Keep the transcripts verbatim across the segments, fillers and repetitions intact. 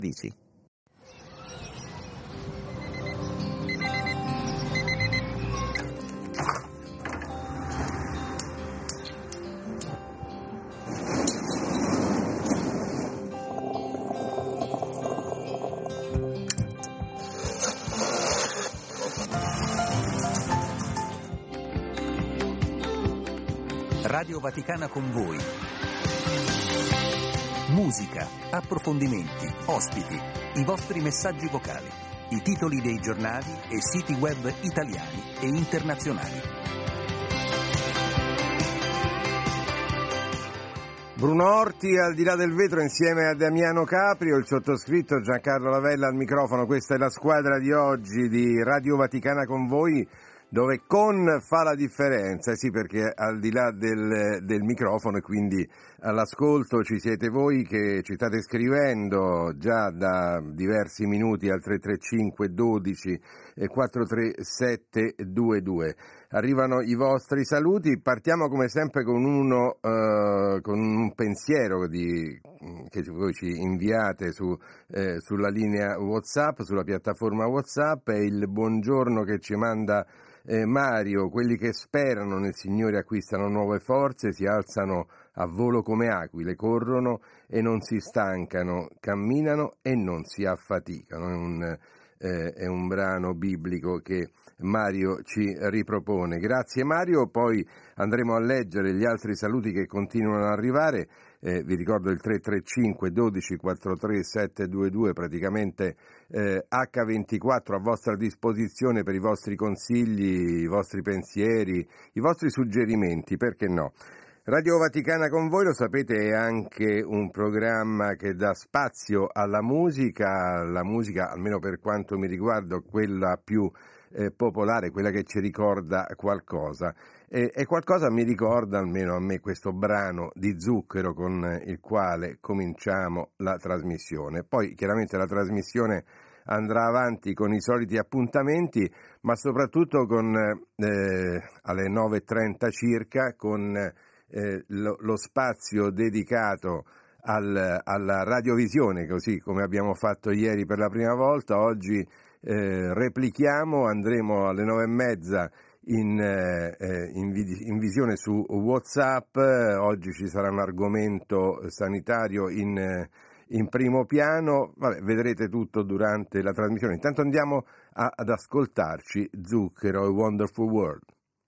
Dici. Radio Vaticana con voi. Musica, approfondimenti, ospiti, i vostri messaggi vocali, i titoli dei giornali e siti web italiani e internazionali. Bruno Orti al di là del vetro insieme a Damiano Caprio, il sottoscritto Giancarlo Lavella al microfono. Questa è la squadra di oggi di Radio Vaticana con voi, dove con fa la differenza, eh sì, perché al di là del, del microfono e quindi all'ascolto ci siete voi che ci state scrivendo già da diversi minuti al tre tre cinque dodici e quattro tre sette due due. Arrivano i vostri saluti, partiamo come sempre con uno eh, con un pensiero di, che voi ci inviate su, eh, sulla linea WhatsApp, sulla piattaforma WhatsApp, è il buongiorno che ci manda Eh, Mario. Quelli che sperano nel Signore acquistano nuove forze, si alzano a volo come aquile, corrono e non si stancano, camminano e non si affaticano. È un, eh, è un brano biblico che Mario ci ripropone. Grazie Mario, poi andremo a leggere gli altri saluti che continuano ad arrivare. Eh, vi ricordo il tre tre cinque dodici quattro tre sette due due, praticamente eh, acca ventiquattro a vostra disposizione per i vostri consigli, i vostri pensieri, i vostri suggerimenti, perché no. Radio Vaticana con voi, lo sapete, è anche un programma che dà spazio alla musica, la musica, almeno per quanto mi riguarda, quella più eh, popolare, quella che ci ricorda qualcosa. E, e qualcosa mi ricorda, almeno a me, questo brano di Zucchero con il quale cominciamo la trasmissione. Poi chiaramente la trasmissione andrà avanti con i soliti appuntamenti, ma soprattutto con eh, alle nove e trenta circa con eh, lo, lo spazio dedicato al, alla radiovisione, così come abbiamo fatto ieri per la prima volta. Oggi eh, replichiamo, andremo alle nove e mezza In, eh, in, in visione su WhatsApp. Oggi ci sarà un argomento sanitario in, in primo piano. Vabbè, vedrete tutto durante la trasmissione. Intanto andiamo a, ad ascoltarci Zucchero e Wonderful World.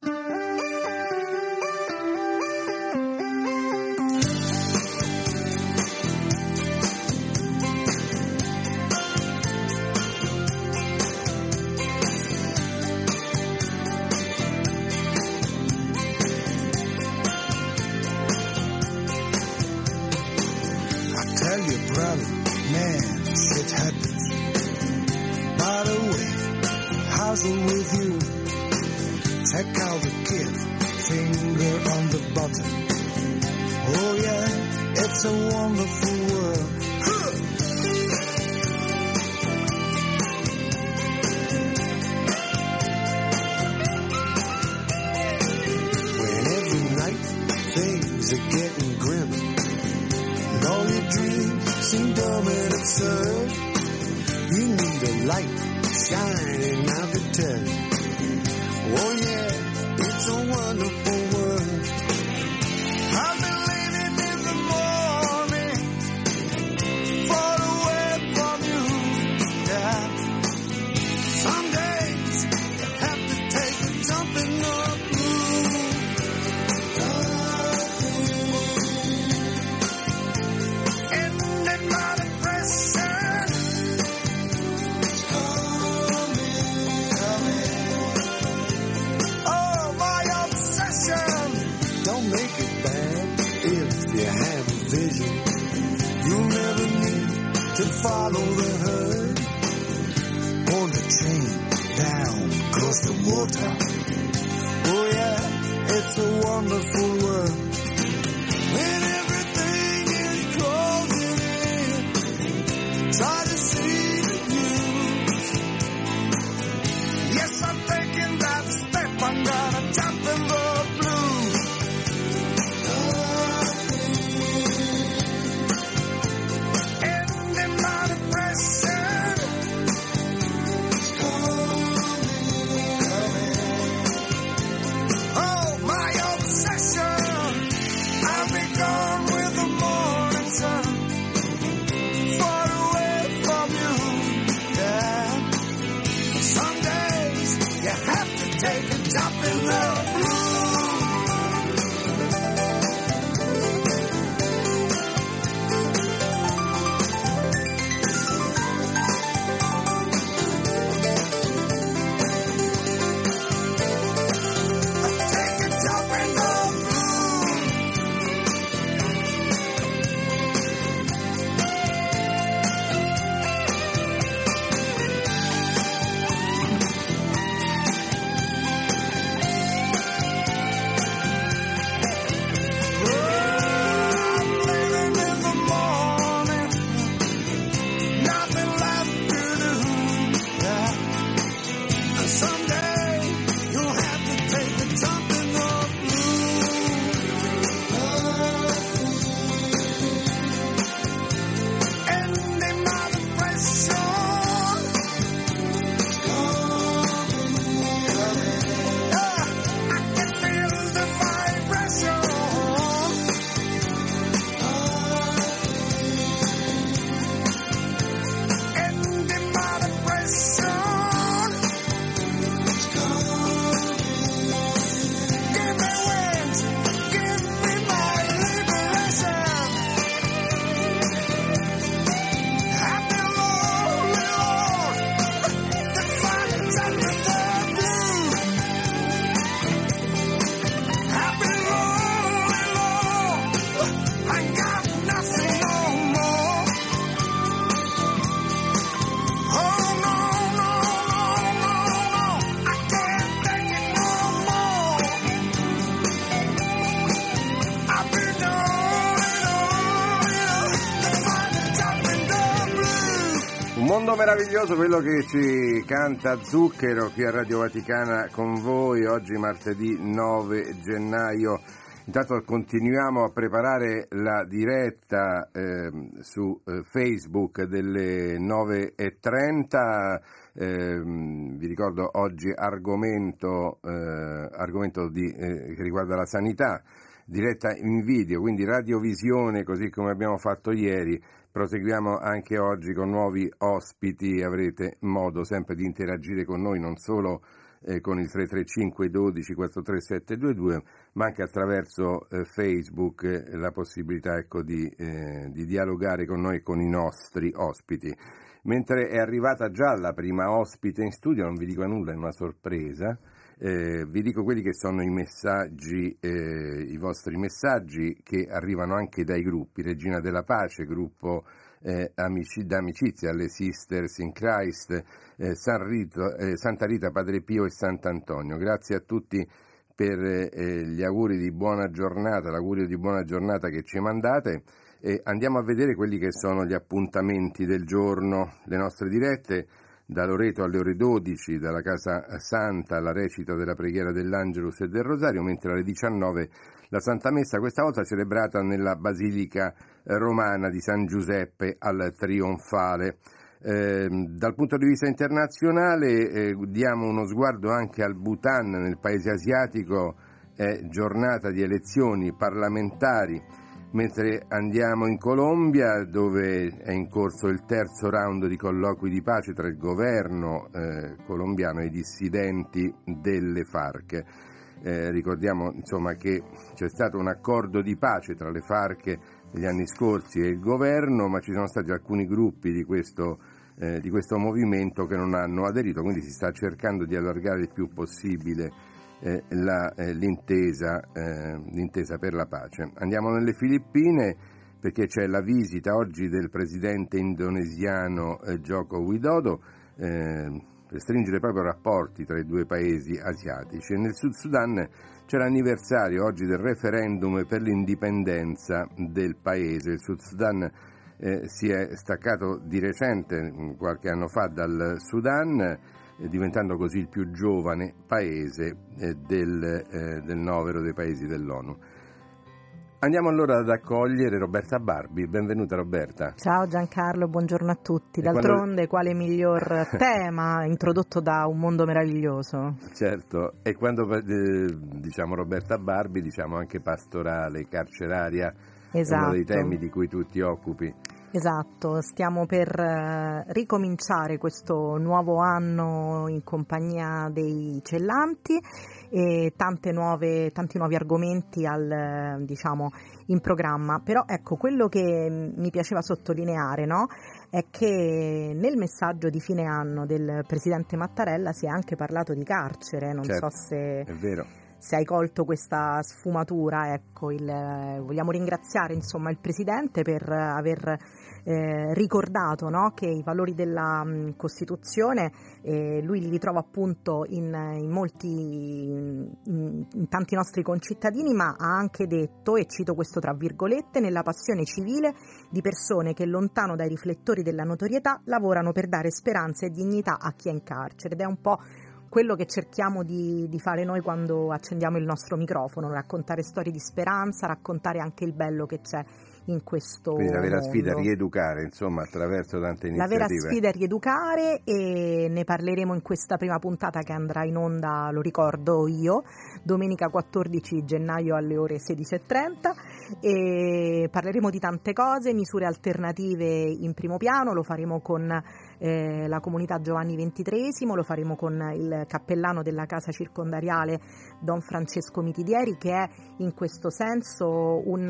With you, check out the kid, finger on the button. Oh yeah, it's a wonderful world. When every night things are getting grim, and all your dreams seem dumb and absurd, you need a light shining out the turn. Oh yeah, it's a wonderful world. I've been living in the morning, far away from you. Yeah. Some days you have to take a jump in the blue. And in my depression, to follow the herd, on the chain down across the water. Oh yeah, it's a wonderful world. When everything is closing in, try to see the news. Yes, I'm taking that step, I'm gonna jump in the blue. And in my depression, Un mondo meraviglioso, quello che ci canta Zucchero qui a Radio Vaticana con voi, oggi martedì nove gennaio. Intanto continuiamo a preparare la diretta eh, su eh, Facebook delle nove e trenta. Eh, vi ricordo oggi argomento, eh, argomento di, eh, che riguarda la sanità, diretta in video, quindi radiovisione, così come abbiamo fatto ieri. Proseguiamo anche oggi con nuovi ospiti, avrete modo sempre di interagire con noi, non solo eh, con il tre tre cinque dodici quattro tre sette due due, ma anche attraverso eh, Facebook eh, la possibilità ecco, di, eh, di dialogare con noi e con i nostri ospiti. Mentre è arrivata già la prima ospite in studio, non vi dico nulla, è una sorpresa. Eh, vi dico quelli che sono i messaggi, eh, i vostri messaggi che arrivano anche dai gruppi Regina della Pace, gruppo eh, amici, d'amicizia alle Sisters in Christ, eh, San Rito, eh, Santa Rita, Padre Pio e Sant'Antonio. Grazie a tutti per eh, gli auguri di buona giornata, l'augurio di buona giornata che ci mandate. E andiamo a vedere quelli che sono gli appuntamenti del giorno, le nostre dirette. Da Loreto alle ore dodici, dalla Casa Santa, la recita della preghiera dell'Angelus e del Rosario, mentre alle diciannove la Santa Messa, questa volta celebrata nella Basilica Romana di San Giuseppe al Trionfale. Eh, dal punto di vista internazionale eh, diamo uno sguardo anche al Bhutan, nel paese asiatico, è giornata di elezioni parlamentari. Mentre andiamo in Colombia, dove è in corso il terzo round di colloqui di pace tra il governo eh, colombiano e i dissidenti delle FARC. Eh, ricordiamo insomma che c'è stato un accordo di pace tra le FARC negli anni scorsi e il governo, ma ci sono stati alcuni gruppi di questo, eh, di questo movimento che non hanno aderito, quindi si sta cercando di allargare il più possibile Eh, la, eh, l'intesa, eh, l'intesa per la pace. Andiamo nelle Filippine perché c'è la visita oggi del presidente indonesiano eh, Joko Widodo eh, per stringere proprio rapporti tra i due paesi asiatici. E nel Sud Sudan c'è l'anniversario oggi del referendum per l'indipendenza del paese. Il Sud Sudan eh, si è staccato di recente, qualche anno fa, dal Sudan, diventando così il più giovane paese eh, del, eh, del novero dei paesi dell'ONU. Andiamo allora ad accogliere Roberta Barbi. Benvenuta Roberta. Ciao Giancarlo, buongiorno a tutti. D'altronde quando... quale miglior tema introdotto da Un mondo meraviglioso? Certo, e quando eh, diciamo Roberta Barbi diciamo anche pastorale, carceraria, esatto. È uno dei temi di cui tu ti occupi. Esatto, stiamo per ricominciare questo nuovo anno in compagnia dei cellanti e tante nuove, tanti nuovi argomenti al, diciamo, in programma. Però ecco, quello che mi piaceva sottolineare, no, è che nel messaggio di fine anno del Presidente Mattarella si è anche parlato di carcere, non certo, so se... È vero. Se hai colto questa sfumatura, ecco, il, vogliamo ringraziare insomma il Presidente per aver eh, ricordato, no, che i valori della mh, Costituzione eh, lui li ritrova appunto in, in molti, in, in tanti nostri concittadini, ma ha anche detto, e cito questo tra virgolette, nella passione civile di persone che lontano dai riflettori della notorietà lavorano per dare speranza e dignità a chi è in carcere. Ed è un po' quello che cerchiamo di, di fare noi quando accendiamo il nostro microfono, raccontare storie di speranza, raccontare anche il bello che c'è in questo Quindi la vera mondo. sfida è rieducare, insomma, attraverso tante iniziative. La vera sfida è rieducare, e ne parleremo in questa prima puntata che andrà in onda, lo ricordo io, domenica quattordici gennaio alle ore sedici e trenta, e parleremo di tante cose, misure alternative in primo piano, lo faremo con eh, la comunità Giovanni ventitreesimo, lo faremo con il cappellano della casa circondariale Don Francesco Mitidieri, che è in questo senso un,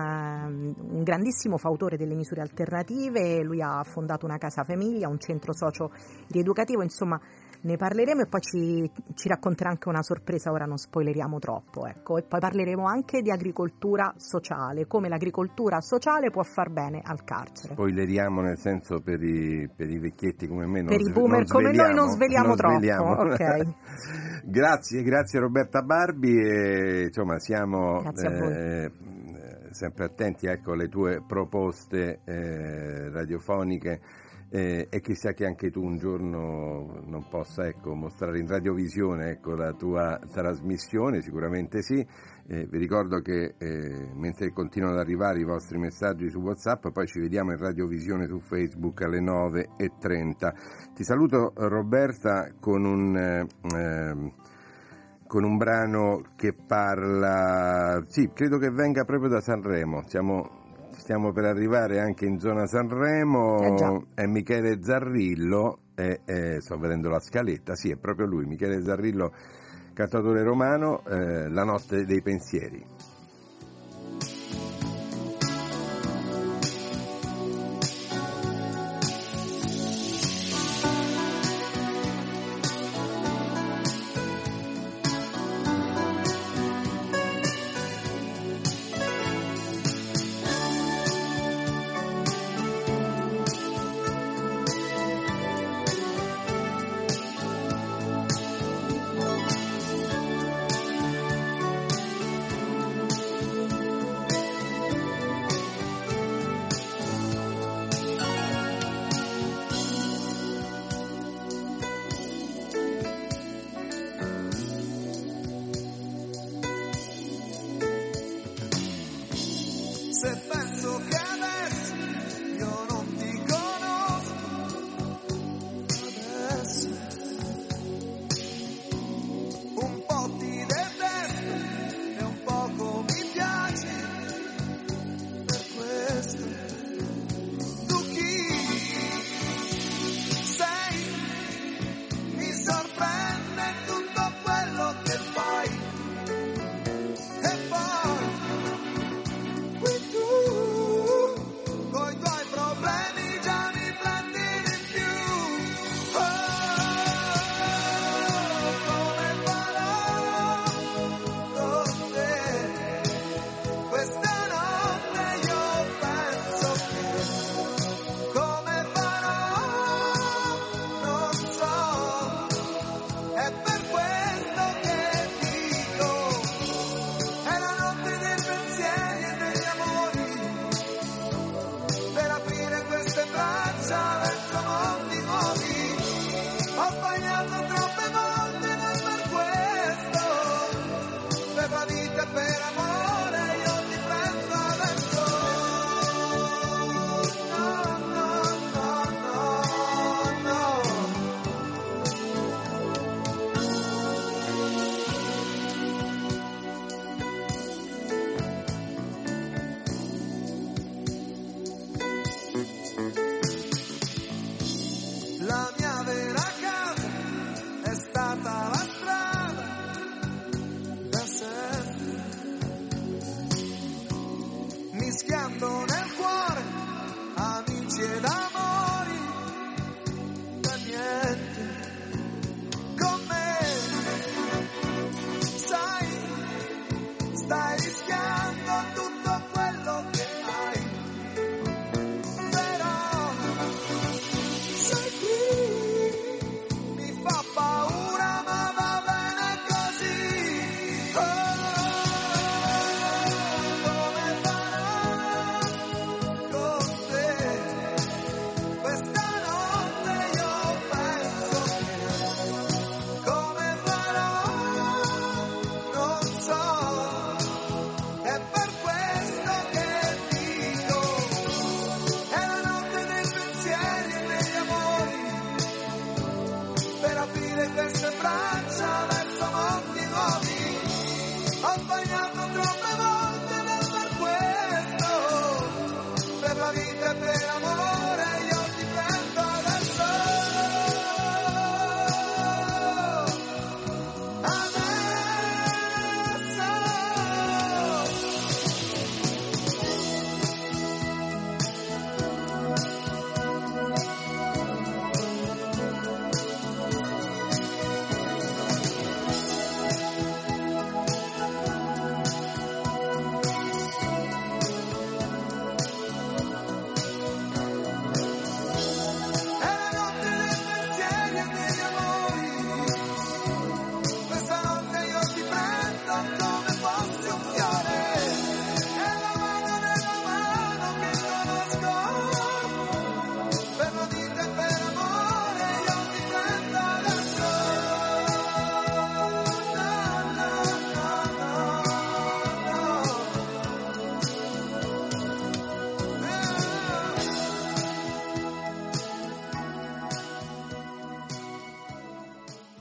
un grandissimo fautore delle misure alternative. Lui ha fondato una casa famiglia, un centro socio rieducativo, insomma ne parleremo, e poi ci, ci racconterà anche una sorpresa, ora non spoileriamo troppo, ecco. E poi parleremo anche di agricoltura sociale, come l'agricoltura sociale può far bene al carcere. Spoileriamo nel senso per i, per i vecchietti come me, non per i boomer come noi non sveliamo non troppo, sveliamo. Okay. Grazie, grazie Roberta Barbi, e insomma siamo eh, sempre attenti, ecco, alle tue proposte eh, radiofoniche Eh, e chissà che anche tu un giorno non possa, ecco, mostrare in radiovisione, ecco, la tua trasmissione, sicuramente sì. Eh, vi ricordo che eh, mentre continuano ad arrivare i vostri messaggi su WhatsApp, poi ci vediamo in radiovisione su Facebook alle nove e trenta. Ti saluto, Roberta, con un eh, eh, con un brano che parla, sì, credo che venga proprio da Sanremo. Siamo Stiamo per arrivare anche in zona Sanremo, eh è Michele Zarrillo, e, e sto vedendo la scaletta, sì, è proprio lui, Michele Zarrillo, cantautore romano, eh, La notte dei pensieri.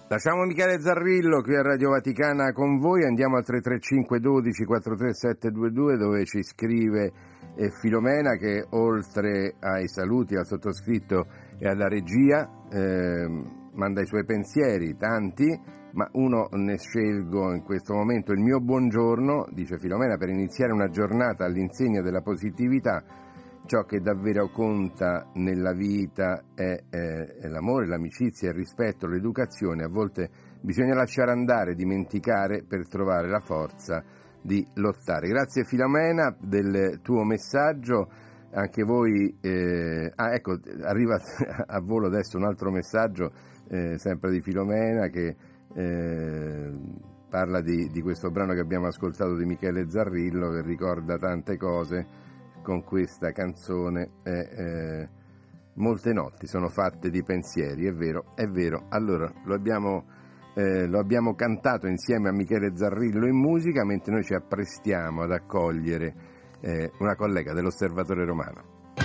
Lasciamo Michele Zarrillo qui a Radio Vaticana con voi, andiamo al tre tre cinque uno due quattro tre sette due due dove ci scrive eh, Filomena che oltre ai saluti al sottoscritto e alla regia eh, manda i suoi pensieri, tanti, ma uno ne scelgo in questo momento, il mio buongiorno, dice Filomena, per iniziare una giornata all'insegna della positività. Ciò che davvero conta nella vita è, è, è l'amore, l'amicizia, il rispetto, l'educazione. A volte bisogna lasciare andare, dimenticare per trovare la forza di lottare. Grazie Filomena del tuo messaggio. Anche voi, eh, ah, ecco, arriva a volo adesso un altro messaggio, eh, sempre di Filomena, che eh, parla di, di questo brano che abbiamo ascoltato di Michele Zarrillo, che ricorda tante cose. Con questa canzone eh, eh, molte notti sono fatte di pensieri, è vero, è vero. Allora lo abbiamo, eh, lo abbiamo cantato insieme a Michele Zarrillo in musica, mentre noi ci apprestiamo ad accogliere eh, una collega dell'Osservatore Romano.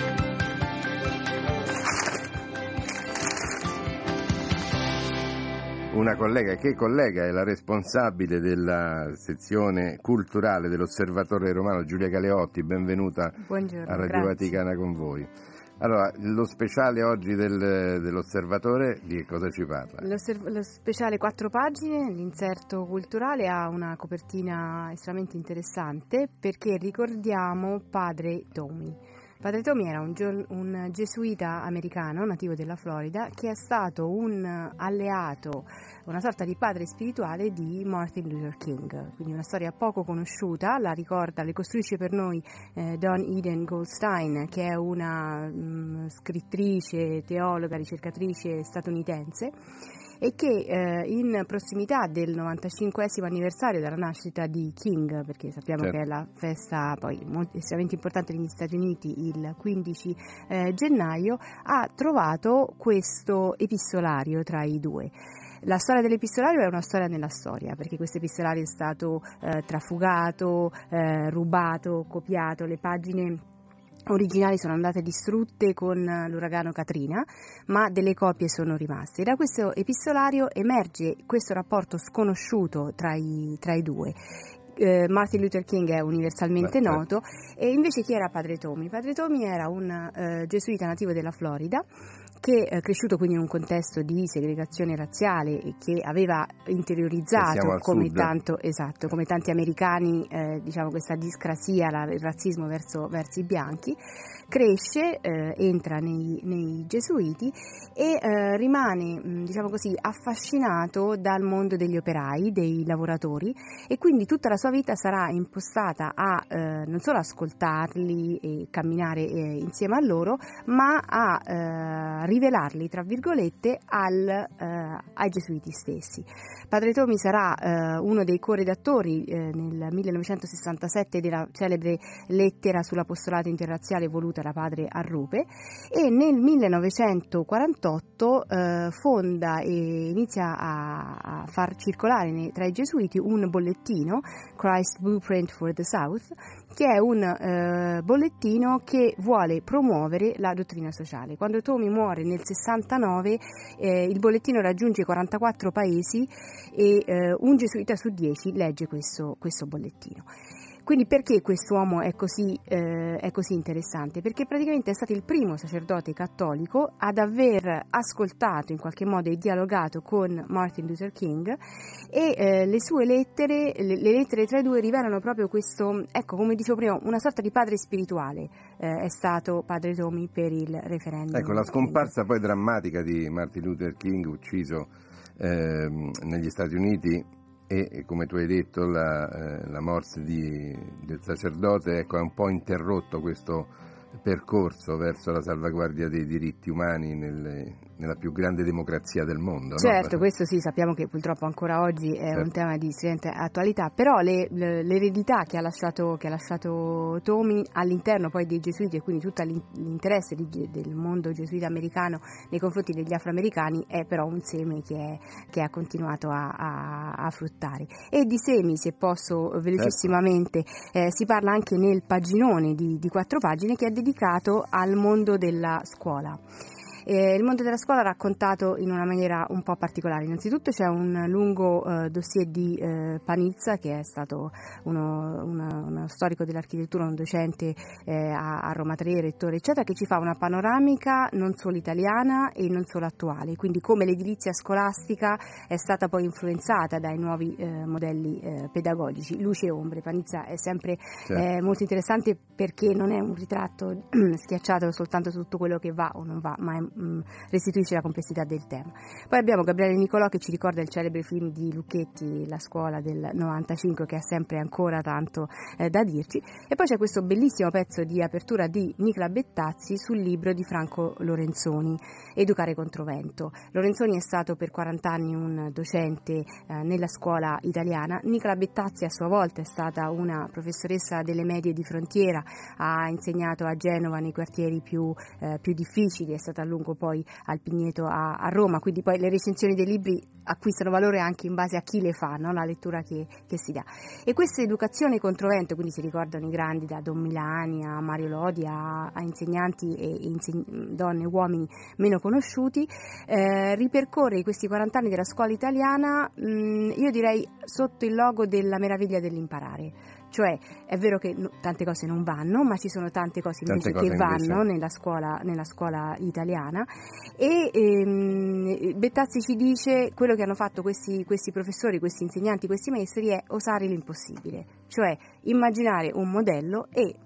Una collega, che collega è la responsabile della sezione culturale dell'Osservatore Romano, Giulia Galeotti, benvenuta. Buongiorno, a Radio grazie. Vaticana con voi. Allora, lo speciale oggi del, dell'Osservatore di che cosa ci parla? Lo, lo speciale quattro pagine, l'inserto culturale, ha una copertina estremamente interessante perché ricordiamo Padre Tommy. Padre Tommy era un, un gesuita americano nativo della Florida che è stato un alleato, una sorta di padre spirituale di Martin Luther King, quindi una storia poco conosciuta, la ricorda, le costruisce per noi eh, Dawn Eden Goldstein, che è una mh, scrittrice, teologa, ricercatrice statunitense, e che eh, in prossimità del novantacinquesimo anniversario della nascita di King, perché sappiamo certo. che è la festa poi molto, estremamente importante negli Stati Uniti, il quindici eh, gennaio, ha trovato questo epistolario tra i due. La storia dell'epistolario è una storia nella storia, perché questo epistolario è stato eh, trafugato, eh, rubato, copiato, le pagine originali sono andate distrutte con l'uragano Katrina, ma delle copie sono rimaste. Da questo epistolario emerge questo rapporto sconosciuto tra i, tra i due. Eh, Martin Luther King è universalmente Beh, noto, e invece chi era Padre Tommy? Padre Tommy era un eh, gesuita nativo della Florida, che è cresciuto quindi in un contesto di segregazione razziale e che aveva interiorizzato come, tanto, esatto, come tanti americani eh, diciamo questa discrasia, la, il razzismo verso, verso i bianchi. Cresce, eh, entra nei, nei gesuiti e eh, rimane diciamo così affascinato dal mondo degli operai, dei lavoratori, e quindi tutta la sua vita sarà impostata a eh, non solo ascoltarli e camminare eh, insieme a loro, ma a eh, rivelarli tra virgolette al, eh, ai gesuiti stessi. Padre Tommy sarà eh, uno dei coredattori eh, nel millenovecentosessantasette della celebre lettera sull'apostolato interrazziale voluta da padre Arrupe, e nel millenovecentoquarantotto eh, fonda e inizia a, a far circolare nei, tra i gesuiti un bollettino, Christ Blueprint for the South, che è un eh, bollettino che vuole promuovere la dottrina sociale. Quando Tommy muore nel sessantanove eh, il bollettino raggiunge quarantaquattro paesi e eh, un gesuita su dieci legge questo, questo bollettino. Quindi perché quest'uomo è così, eh, è così interessante? Perché praticamente è stato il primo sacerdote cattolico ad aver ascoltato in qualche modo e dialogato con Martin Luther King, e eh, le sue lettere, le, le lettere tra i due rivelano proprio questo, ecco, come dicevo prima, una sorta di padre spirituale eh, è stato Padre Tommy per il referendum. Ecco, la scomparsa poi drammatica di Martin Luther King, ucciso eh, negli Stati Uniti, e come tu hai detto la, eh, la morte di, del sacerdote, ecco, ha un po' interrotto questo percorso verso la salvaguardia dei diritti umani nelle, nella più grande democrazia del mondo. Certo, no? Questo sì, sappiamo che purtroppo ancora oggi è certo. un tema di stridente attualità, però le, le, l'eredità che ha lasciato, che ha lasciato Tommy all'interno poi dei gesuiti, e quindi tutto l'interesse di, del mondo gesuita americano nei confronti degli afroamericani, è però un seme che, è, che ha continuato a, a, a fruttare. E di semi, se posso velocissimamente, certo. eh, si parla anche nel paginone di, di quattro pagine che è dedicato al mondo della scuola. Eh, il mondo della scuola raccontato in una maniera un po' particolare. Innanzitutto c'è un lungo eh, dossier di eh, Panizza, che è stato uno, una, uno storico dell'architettura, un docente eh, a, a Roma tre, rettore eccetera, che ci fa una panoramica non solo italiana e non solo attuale, quindi come l'edilizia scolastica è stata poi influenzata dai nuovi eh, modelli eh, pedagogici, luce e ombre. Panizza è sempre certo. eh, molto interessante perché non è un ritratto schiacciato soltanto su tutto quello che va o non va, ma è, mh, restituisce la complessità del tema. Poi abbiamo Gabriele Nicolò che ci ricorda il celebre film di Lucchetti, La scuola del novantacinque, che ha sempre ancora tanto eh, da dirci, e poi c'è questo bellissimo pezzo di apertura di Nicola Bettazzi sul libro di Franco Lorenzoni, Educare controvento. Lorenzoni è stato per quaranta anni un docente eh, nella scuola italiana. Nicola Bettazzi a sua volta è stata una professoressa delle medie di frontiera, ha insegnato a Genova nei quartieri più, eh, più difficili, è stata a lungo poi al Pigneto a, a Roma, quindi poi le recensioni dei libri acquistano valore anche in base a chi le fa, no? La lettura che, che si dà. E questa educazione controvento, quindi si ricordano i grandi da Don Milani a Mario Lodi a, a insegnanti e inseg- donne e uomini meno conosciuti, eh, ripercorre questi quaranta anni della scuola italiana, mh, io direi sotto il logo della meraviglia dell'imparare. Cioè è vero che no, tante cose non vanno, ma ci sono tante cose invece tante cose che invece vanno nella scuola, nella scuola italiana, e ehm, Bettazzi ci dice quello che hanno fatto questi, questi professori, questi insegnanti, questi maestri è osare l'impossibile, cioè immaginare un modello e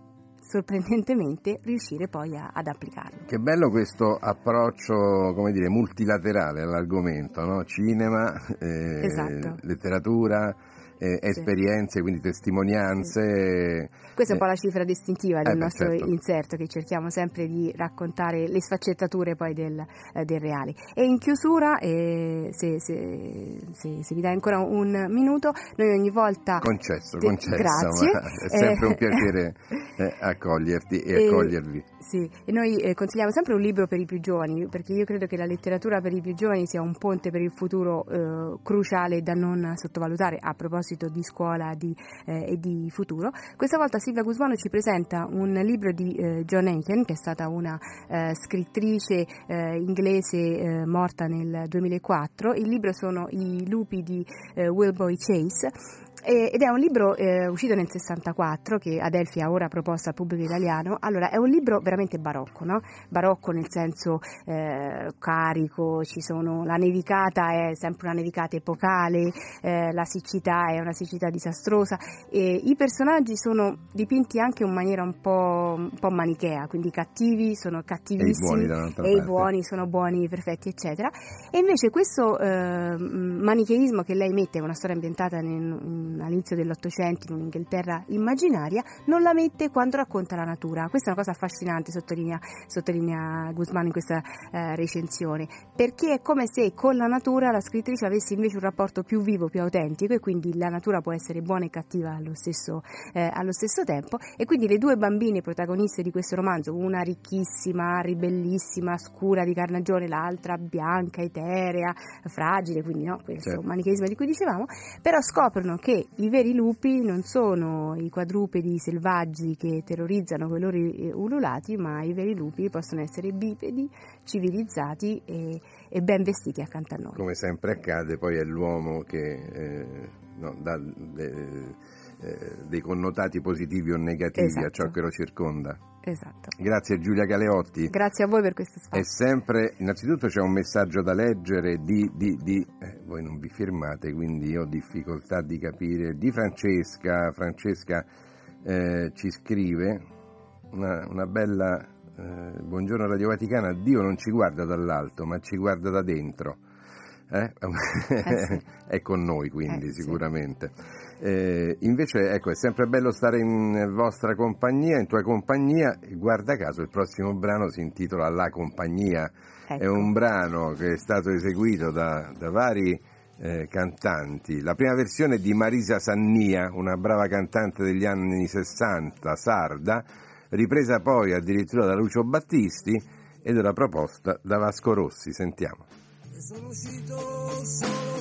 sorprendentemente riuscire poi a, ad applicarlo. Che bello questo approccio, come dire, multilaterale all'argomento, no? Cinema, eh, esatto. letteratura, Eh, esperienze, sì. quindi testimonianze. Sì. Questa è un po' la cifra distintiva del eh, nostro certo. inserto, che cerchiamo sempre di raccontare le sfaccettature poi del, eh, del reale. E in chiusura, eh, se, se, se, se mi dai ancora un minuto, noi ogni volta... Concesso, te... concesso, Grazie. Ma è sempre eh... un piacere eh, accoglierti e eh, accogliervi. Sì, e noi eh, consigliamo sempre un libro per i più giovani, perché io credo che la letteratura per i più giovani sia un ponte per il futuro eh, cruciale da non sottovalutare, a proposito di scuola di, eh, e di futuro. Questa volta Silvia Gusmano ci presenta un libro di eh, Joan Aiken, che è stata una eh, scrittrice eh, inglese eh, morta nel duemilaquattro. Il libro sono I lupi di eh, Wilbur Chase, ed è un libro eh, uscito nel sessantaquattro, che Adelphi ha ora proposto al pubblico italiano. Allora, è un libro veramente barocco, no? Barocco nel senso eh, carico, ci sono, la nevicata è sempre una nevicata epocale, eh, la siccità è una siccità disastrosa, e i personaggi sono dipinti anche in maniera un po', un po' manichea, quindi i cattivi sono cattivissimi e i buoni, e i buoni sono buoni, perfetti, eccetera. E invece questo eh, manicheismo che lei mette, è una storia ambientata nel all'inizio dell'Ottocento in un'Inghilterra immaginaria, non la mette quando racconta la natura. Questa è una cosa affascinante, sottolinea, sottolinea Guzmán in questa eh, recensione, perché è come se con la natura la scrittrice avesse invece un rapporto più vivo, più autentico, e quindi la natura può essere buona e cattiva allo stesso, eh, allo stesso tempo. E quindi le due bambine protagoniste di questo romanzo, una ricchissima, ribellissima, scura di carnagione, l'altra bianca, eterea, fragile, quindi no, questo certo. manicheismo di cui dicevamo, però scoprono che i veri lupi non sono i quadrupedi selvaggi che terrorizzano con i loro ululati, ma i veri lupi possono essere bipedi, civilizzati e, e ben vestiti accanto a noi. Come sempre accade, poi è l'uomo che eh, no, dà de, eh, dei connotati positivi o negativi esatto. a ciò che lo circonda. Esatto. Grazie Giulia Galeotti. Grazie a voi per questo spazio. È sempre, innanzitutto c'è un messaggio da leggere di, di, di eh, voi non vi firmate, quindi io ho difficoltà di capire, di Francesca. Francesca eh, ci scrive una, una bella eh, buongiorno Radio Vaticana, Dio non ci guarda dall'alto ma ci guarda da dentro. Eh? Eh sì. È con noi quindi eh, sicuramente sì. Eh, invece ecco, è sempre bello stare in vostra compagnia, in tua compagnia. Guarda caso il prossimo brano si intitola La compagnia, ecco. È un brano che è stato eseguito da, da vari eh, cantanti. La prima versione è di Marisa Sannia, una brava cantante degli anni sessanta, sarda, ripresa poi addirittura da Lucio Battisti ed era proposta da Vasco Rossi. Sentiamo. Sono uscito solo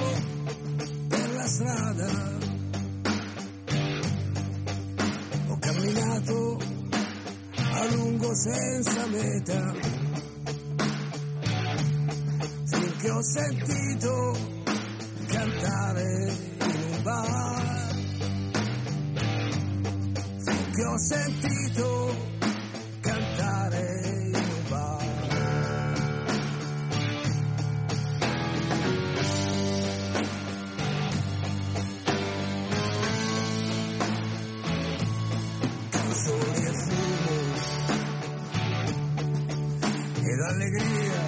solo per la strada, ho camminato a lungo senza meta, ho sentito cantare in un bar, finché ho sentito cantare in un bar. Canzoni e fumo ed allegria,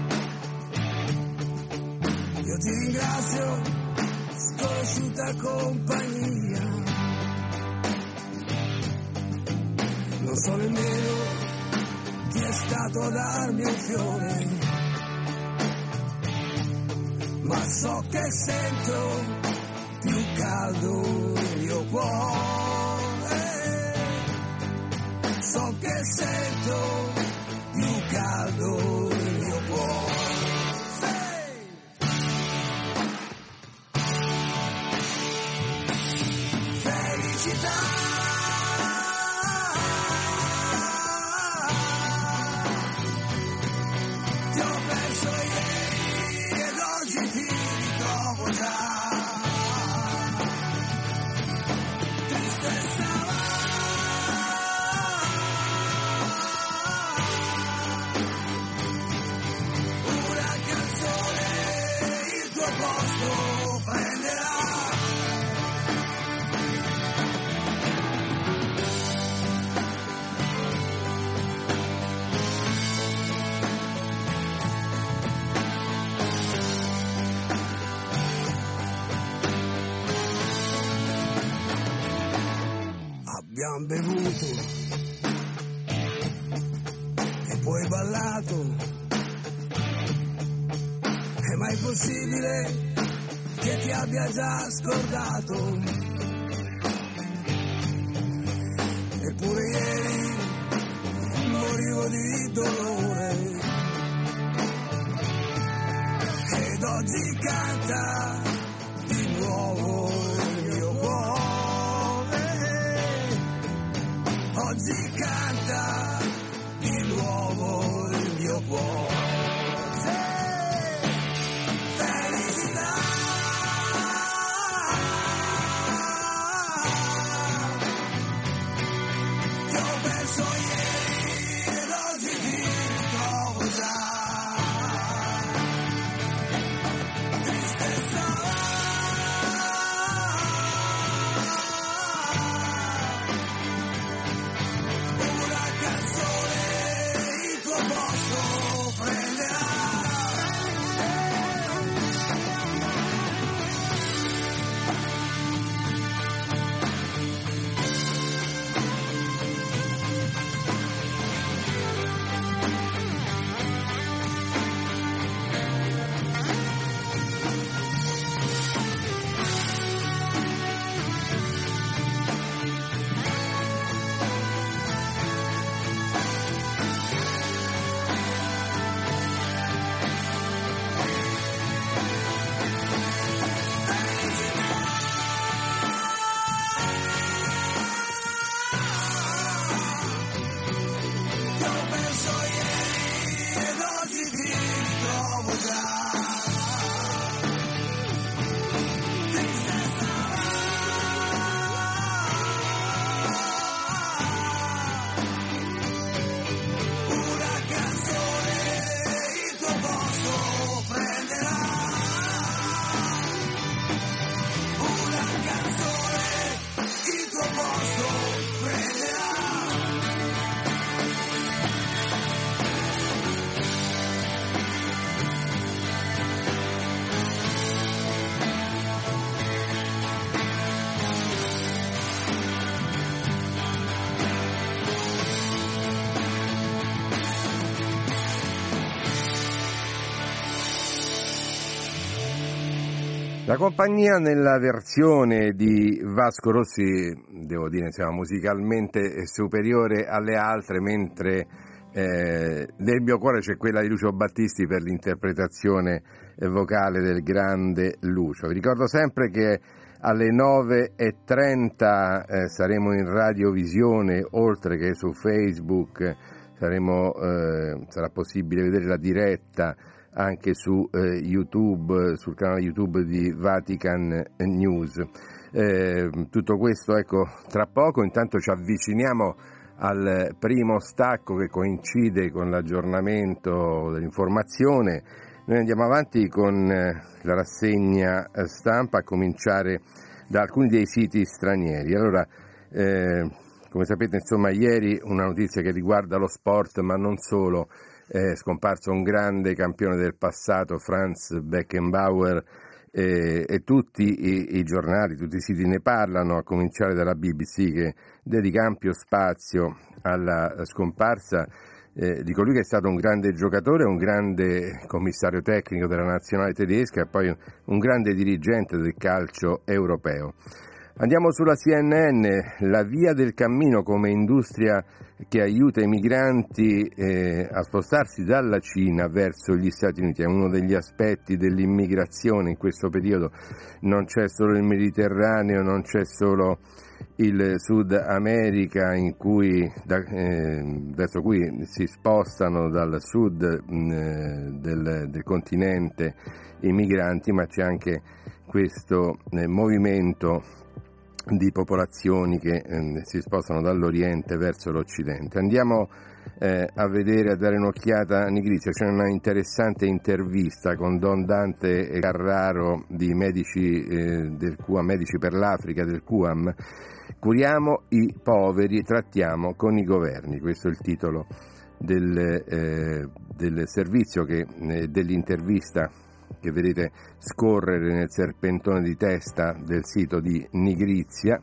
io ti ringrazio, sconosciuta compagnia. Non so nemmeno chi è stato a darmi un fiore, ma so che sento più caldo il mio cuore. So che sento più caldo il mio cuore. Ti ho perso ieri ed oggi ti ritrovo già. Tristezza va. Una canzone il tuo posto prenderà. Abbiamo bevuto e poi ballato, è mai possibile che ti abbia già scordato? Eppure ieri morivo di dolore ed oggi canta di nuovo il mio cuore. Oggi canta di nuovo il mio cuore. Felicità. Ti ho perso ieri ed oggi ti ritrovo già. Tristezza. La compagnia nella versione di Vasco Rossi, devo dire, insomma, musicalmente superiore alle altre, mentre eh, nel mio cuore c'è quella di Lucio Battisti per l'interpretazione vocale del grande Lucio. Vi ricordo sempre che alle nove e trenta eh, saremo in radiovisione, oltre che su Facebook saremo, eh, sarà possibile vedere la diretta anche su eh, YouTube, sul canale YouTube di Vatican News. Eh, tutto questo, ecco, tra poco. Intanto ci avviciniamo al primo stacco che coincide con l'aggiornamento dell'informazione. Noi andiamo avanti con eh, la rassegna stampa, a cominciare da alcuni dei siti stranieri. Allora, eh, come sapete, insomma, ieri una notizia che riguarda lo sport, ma non solo. È scomparso un grande campione del passato, Franz Beckenbauer, e, e tutti i, i giornali, tutti i siti ne parlano, a cominciare dalla B B C, che dedica ampio spazio alla scomparsa eh, di colui che è stato un grande giocatore, un grande commissario tecnico della nazionale tedesca e poi un grande dirigente del calcio europeo. Andiamo sulla C N N, la via del cammino come industria che aiuta i migranti eh, a spostarsi dalla Cina verso gli Stati Uniti. È uno degli aspetti dell'immigrazione in questo periodo. Non c'è solo il Mediterraneo, non c'è solo il Sud America in cui, da, eh, verso cui si spostano dal sud eh, del, del continente i migranti, ma c'è anche questo eh, movimento di popolazioni che eh, si spostano dall'Oriente verso l'Occidente. Andiamo eh, a vedere, a dare un'occhiata a Nigrizia. C'è una interessante intervista con Don Dante Carraro di Medici eh, del Q A M, Medici per l'Africa del Q A M. Curiamo i poveri, trattiamo con i governi. Questo è il titolo del, eh, del servizio che, eh, dell'intervista che vedete scorrere nel serpentone di testa del sito di Nigrizia,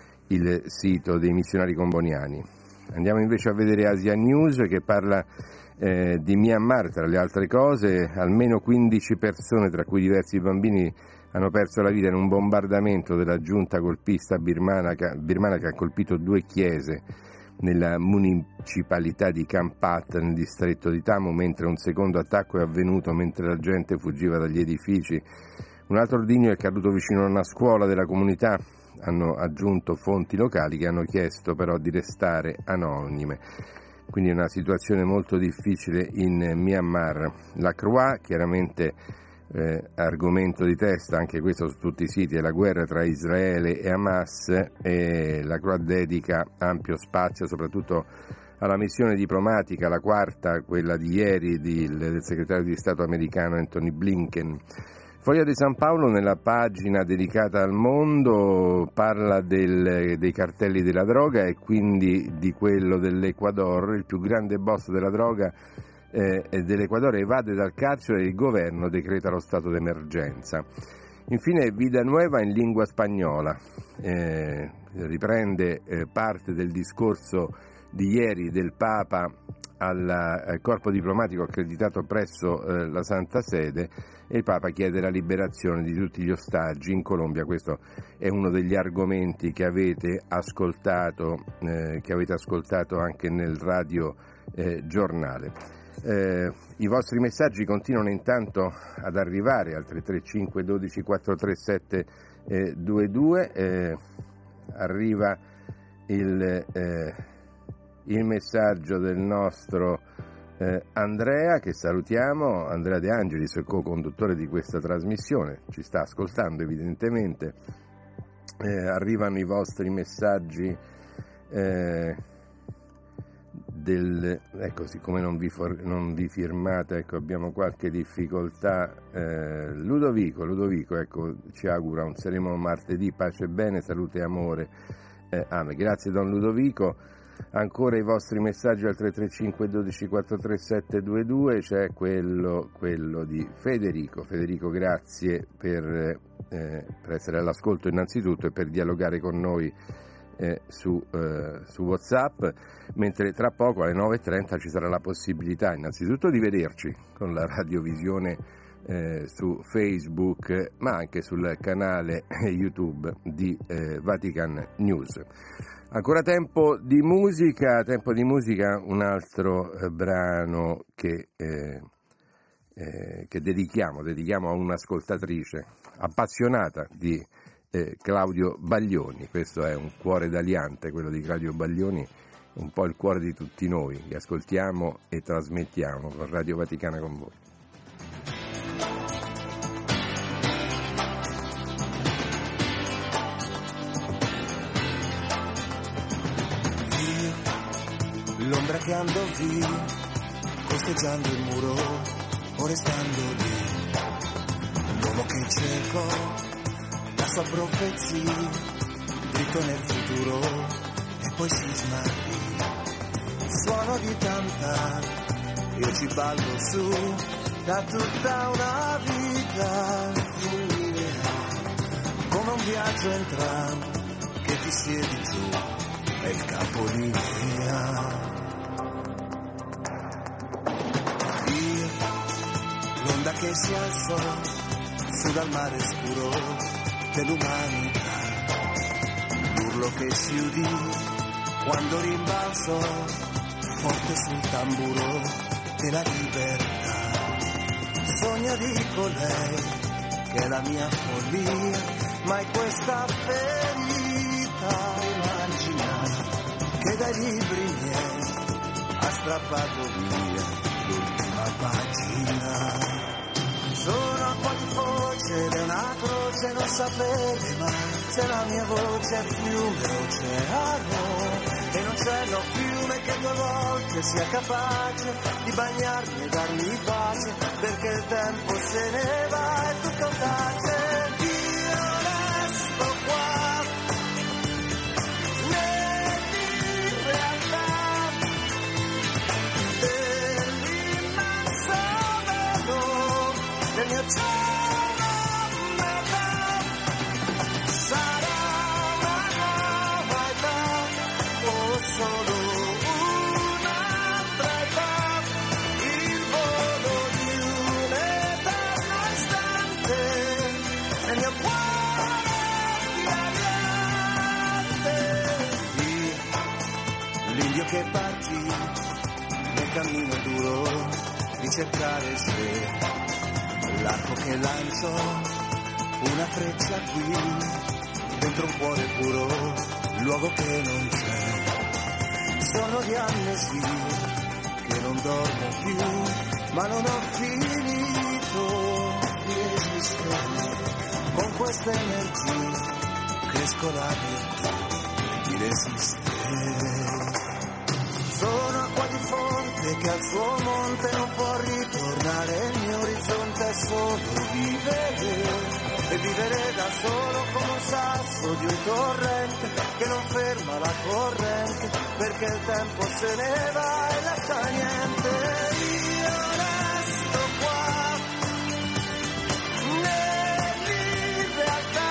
il sito dei missionari comboniani. Andiamo invece a vedere Asia News, che parla eh, di Myanmar, tra le altre cose. Almeno quindici persone, tra cui diversi bambini, hanno perso la vita in un bombardamento della giunta golpista birmana, birmana che ha colpito due chiese nella municipalità di Kampat, nel distretto di Tamil, mentre un secondo attacco è avvenuto mentre la gente fuggiva dagli edifici. Un altro ordigno è caduto vicino a una scuola della comunità, hanno aggiunto fonti locali che hanno chiesto però di restare anonime. Quindi è una situazione molto difficile in Myanmar. La Croix, chiaramente Eh, argomento di testa, anche questo su tutti i siti, è la guerra tra Israele e Hamas, e la Croix dedica ampio spazio soprattutto alla missione diplomatica, la quarta, quella di ieri di, del segretario di Stato americano Anthony Blinken. Foglia di San Paolo, nella pagina dedicata al mondo, parla del, dei cartelli della droga e quindi di quello dell'Ecuador. Il più grande boss della droga Eh, dell'Equador evade dal carcere e il governo decreta lo stato d'emergenza. Infine Villanueva in lingua spagnola, eh, riprende eh, parte del discorso di ieri del Papa al, al corpo diplomatico accreditato presso eh, la Santa Sede, e il Papa chiede la liberazione di tutti gli ostaggi in Colombia. Questo è uno degli argomenti che avete ascoltato, eh, che avete ascoltato anche nel radio eh, giornale. Eh, I vostri messaggi continuano intanto ad arrivare al tre tre cinque uno due quattro tre sette due due. Eh, arriva il, eh, il messaggio del nostro eh, Andrea, che salutiamo, Andrea De Angelis, co-conduttore di questa trasmissione, ci sta ascoltando evidentemente. Eh, arrivano i vostri messaggi eh, Del, ecco, siccome non vi, for, non vi firmate, ecco, abbiamo qualche difficoltà. eh, Ludovico, Ludovico ecco, ci augura un sereno martedì, pace e bene, salute e amore. Eh, ame. Grazie Don Ludovico. Ancora i vostri messaggi al tre tre cinque uno due quattro tre sette due due. C'è quello, quello di Federico. Federico, grazie per, eh, per essere all'ascolto innanzitutto e per dialogare con noi Eh, su, eh, su WhatsApp, mentre tra poco alle nove e trenta ci sarà la possibilità innanzitutto di vederci con la radiovisione eh, su Facebook, ma anche sul canale YouTube di eh, Vatican News. Ancora tempo di musica, tempo di musica, un altro eh, brano che, eh, eh, che dedichiamo, dedichiamo a un'ascoltatrice appassionata di Eh, Claudio Baglioni. Questo è un cuore d'aliante, quello di Claudio Baglioni, un po' il cuore di tutti noi che ascoltiamo e trasmettiamo con Radio Vaticana con voi. navi, costeggiando il muro o restando lì. L'uomo che cerco, la sua profezia, dritto nel futuro e poi si smarrì. Suono di tantar, io ci ballo su, da tutta una vita finirà, come un viaggio entrante che ti siedi giù, è il capolinea. Io, l'onda che si alzò su dal mare scuro dell'umanità, l'urlo che si udì quando rimbalzò forte sul tamburo della libertà. Sogno di colei che è la mia follia, ma è questa ferita immaginata che dai libri miei ha strappato via l'ultima pagina. Sono acqua di foce ed è una croce non sapere mai se la mia voce è fiume o oceano, e non c'è no fiume che due volte sia capace di bagnarmi e darmi pace, perché il tempo se ne va e tutto tace. Io resto qua nell'irrealtà dell'immenso velo del mio cielo a metà. Sarà una nuova età o solo un'altra età, il volo di un eterno istante nel mio cuore di Io, l'indio che partì nel cammino duro di cercare se l'arco che lanciò una freccia qui dentro un cuore puro, luogo che non c'è. Sono di amnesia che non dormo più, ma non ho finito di esistere. Con questa energia cresco la virtù di resistere. Sono acqua di fonte che al suo monte non può ritornare, il mio orizzonte è solo vivere, e vivere da solo come un sasso di un torrente che non ferma la corrente, perché il tempo se ne va e lascia niente. Io resto qua nell'irrealtà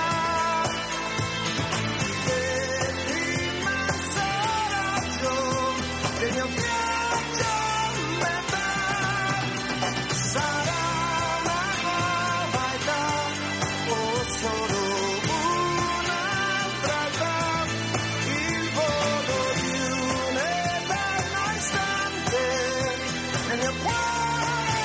dell'immenso raggio del mio viaggio a metà. Sarà una nuova età o solo un'altra età, il volo di un eterno istante nel mio cuore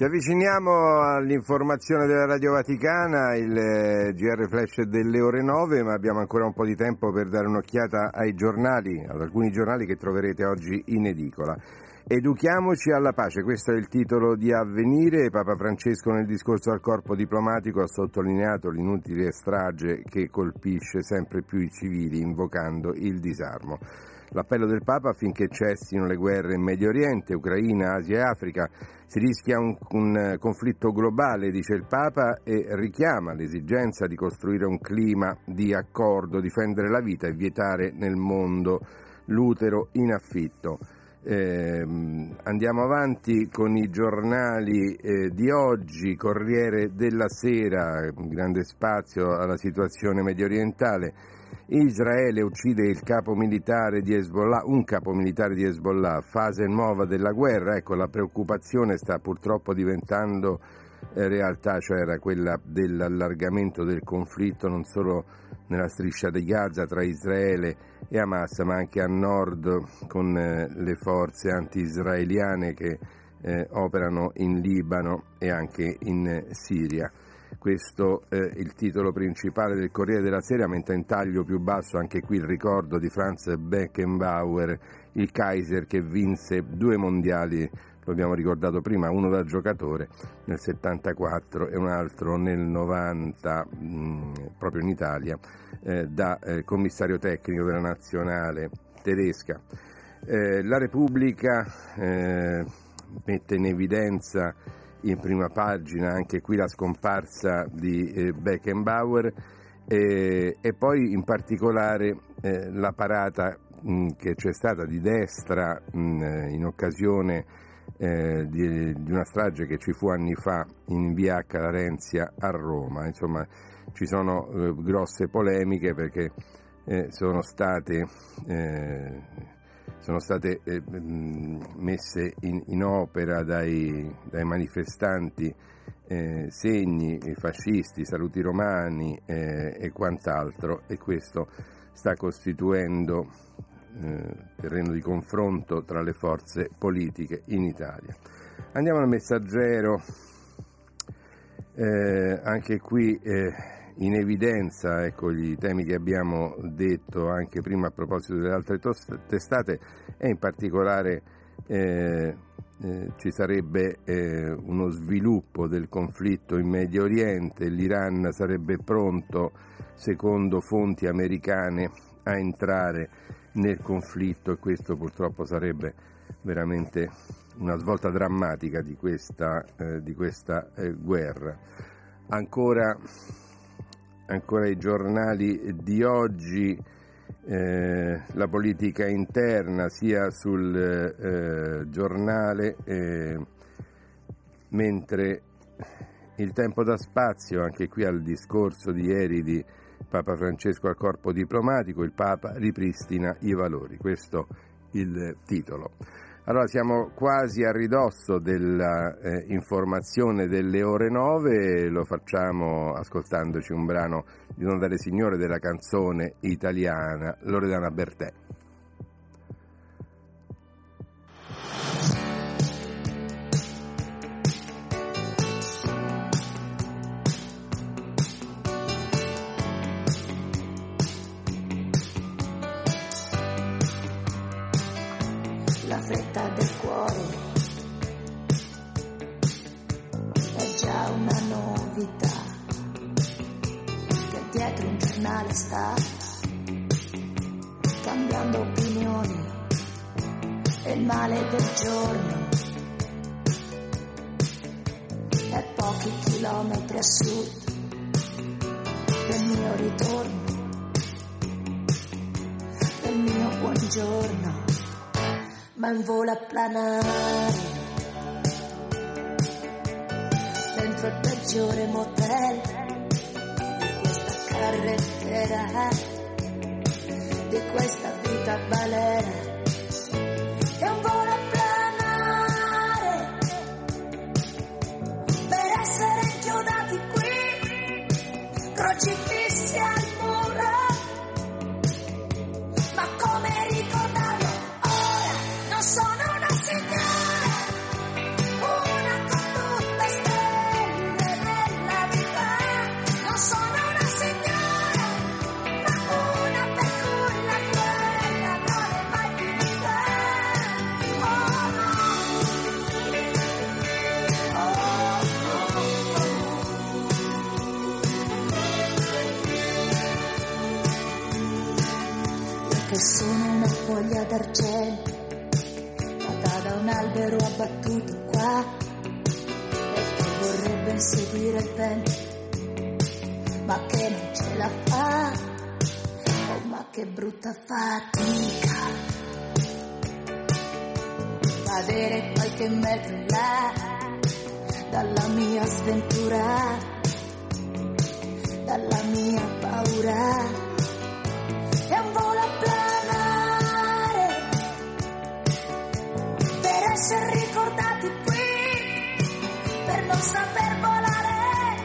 Ci avviciniamo all'informazione della Radio Vaticana, il G R Flash delle ore nove, ma abbiamo ancora un po' di tempo per dare un'occhiata ai giornali, ad alcuni giornali che troverete oggi in edicola. Educhiamoci alla pace, questo è il titolo di Avvenire. Papa Francesco nel discorso al corpo diplomatico ha sottolineato l'inutile strage che colpisce sempre più i civili, invocando il disarmo. L'appello del Papa affinché cessino le guerre in Medio Oriente, Ucraina, Asia e Africa. Si rischia un, un conflitto globale, dice il Papa, e richiama l'esigenza di costruire un clima di accordo, difendere la vita e vietare nel mondo l'utero in affitto. Eh, andiamo avanti con i giornali eh, di oggi. Corriere della Sera, grande spazio alla situazione mediorientale. Israele uccide il capo militare di Hezbollah, un capo militare di Hezbollah, fase nuova della guerra. Ecco, la preoccupazione sta purtroppo diventando eh, realtà, cioè era quella dell'allargamento del conflitto non solo nella striscia di Gaza tra Israele e Hamas, ma anche a nord con eh, le forze anti-israeliane che eh, operano in Libano e anche in eh, Siria. Questo è eh, il titolo principale del Corriere della Sera, mentre in taglio più basso anche qui il ricordo di Franz Beckenbauer, il Kaiser che vinse due mondiali, lo abbiamo ricordato prima, uno da giocatore nel settantaquattro e un altro nel novanta, mh, proprio in Italia, eh, da eh, commissario tecnico della nazionale tedesca. Eh, la Repubblica eh, mette in evidenza in prima pagina anche qui la scomparsa di eh, Beckenbauer eh, e poi in particolare eh, la parata mh, che c'è stata di destra mh, in occasione eh, di, di una strage che ci fu anni fa in via H. Larenzia a Roma. Insomma, ci sono eh, grosse polemiche perché eh, sono state eh, sono state eh, messe in, in opera dai, dai manifestanti eh, segni fascisti, saluti romani eh, e quant'altro, e questo sta costituendo eh, terreno di confronto tra le forze politiche in Italia. Andiamo al Messaggero, eh, anche qui eh, in evidenza, ecco, i temi che abbiamo detto anche prima a proposito delle altre testate, e in particolare eh, eh, ci sarebbe eh, uno sviluppo del conflitto in Medio Oriente. L'Iran sarebbe pronto, secondo fonti americane, a entrare nel conflitto, e questo purtroppo sarebbe veramente una svolta drammatica di questa, eh, di questa eh, guerra. Ancora Ancora i giornali di oggi, eh, la politica interna sia sul eh, giornale, eh, mentre il Tempo da Spazio, anche qui al discorso di ieri di Papa Francesco al corpo diplomatico, il Papa ripristina i valori, questo il titolo. Allora siamo quasi a ridosso dell'informazione eh, delle ore nove, lo facciamo ascoltandoci un brano di Nondale Signore della canzone italiana Loredana Bertè. La fretta del cuore è già una novità, che dietro un giornale sta cambiando opinioni, e il male del giorno è pochi chilometri a sud del mio ritorno, del mio buongiorno. Ma in volo a planare dentro il peggiore motel di questa carrettera, di questa vita balera. È un volo a planare per essere inchiodati qui, crocifissi al muro. Ma come ricordarlo? Sono una signora, una condotta che sono una foglia d'argento nata da un albero abbattuto qua e che vorrebbe inseguire il vento ma che non ce la fa. Oh, ma che brutta fatica cadere qualche metro in là dalla mia sventura, dalla mia paura. È un volo a planare per essere ricordati qui, per non saper volare.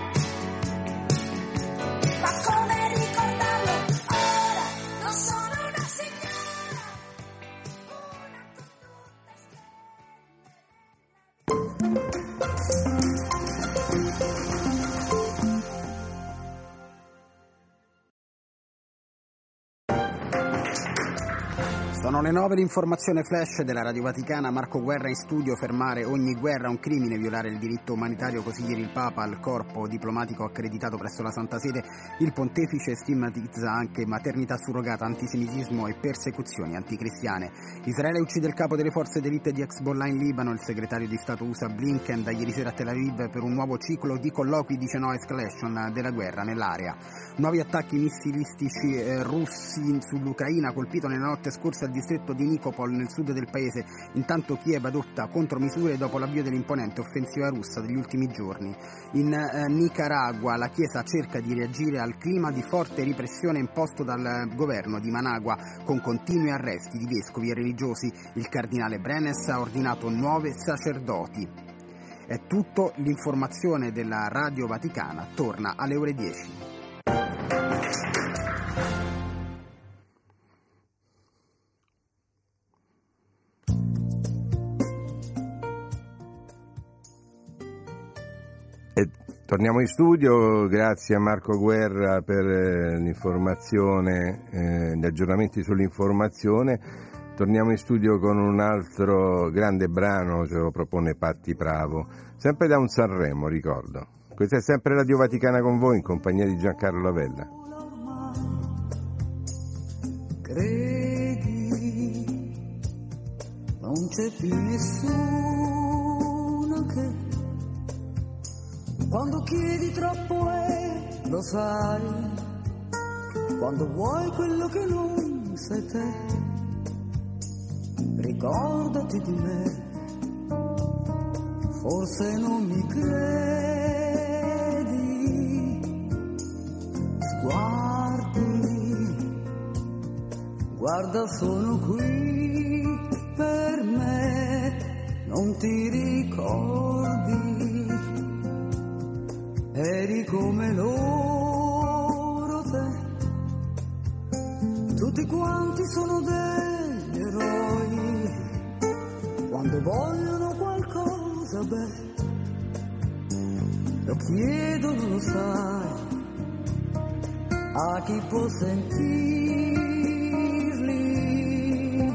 Ma come ricordarlo ora? Non sono una signora, una condotta Sono le nove, l'informazione flash della Radio Vaticana. Marco Guerra in studio. Fermare ogni guerra è un crimine, violare il diritto umanitario, così ieri il Papa al corpo diplomatico accreditato presso la Santa Sede. Il pontefice stigmatizza anche maternità surrogata, antisemitismo e persecuzioni anticristiane. Israele uccide il capo delle forze d'élite di Hezbollah in Libano. Il segretario di Stato U S A Blinken da ieri sera a Tel Aviv per un nuovo ciclo di colloqui, dice no escalation della guerra nell'area. Nuovi attacchi missilistici eh, russi sull'Ucraina, colpito nella notte scorsa il distretto di Nikopol nel sud del paese. Intanto Kiev adotta contromisure dopo l'avvio dell'imponente offensiva russa degli ultimi giorni. In eh, Nicaragua la Chiesa cerca di reagire al clima di forte repressione imposto dal governo di Managua con continui arresti di vescovi e religiosi. Il cardinale Brenes ha ordinato nuove sacerdoti. È tutto, l'informazione della Radio Vaticana torna alle ore dieci. E torniamo in studio, grazie a Marco Guerra per eh, l'informazione, eh, gli aggiornamenti sull'informazione. Torniamo in studio con un altro grande brano, ce lo propone Patti Pravo, sempre da un Sanremo, ricordo. Questa è sempre Radio Vaticana con voi, in compagnia di Giancarlo Lavella. Credi, non c'è più nessuno che quando chiedi troppo è, lo sai, quando vuoi quello che non sei te, ricordati di me, forse non mi credi, sguardi, guarda sono qui per me, non ti ricordi. Eri come loro te, tutti quanti sono degli eroi, quando vogliono qualcosa, beh, lo chiedono, lo sai, a chi può sentirli,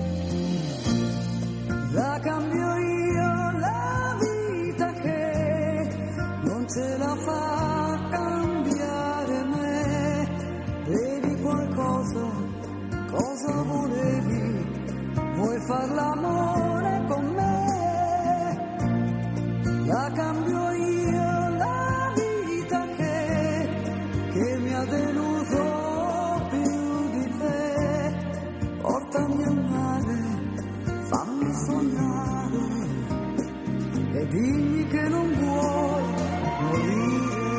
la cambio io la vita che non ce la fa cambiare me. Devi qualcosa, cosa volevi? Vuoi far l'amore con me? La cambio io la vita che, che mi ha deluso più di te. Portami al mare, fammi sognare e dimmi che non vuoi morire.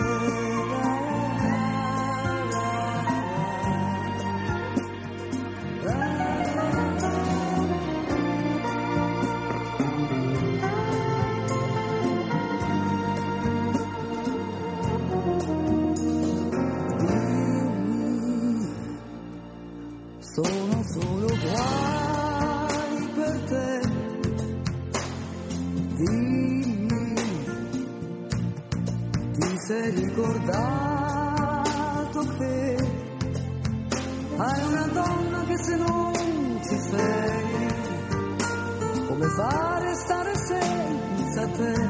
Sono solo guai per te, dimmi, ti sei ricordato che hai una donna che se non ci sei, come fare a stare senza te,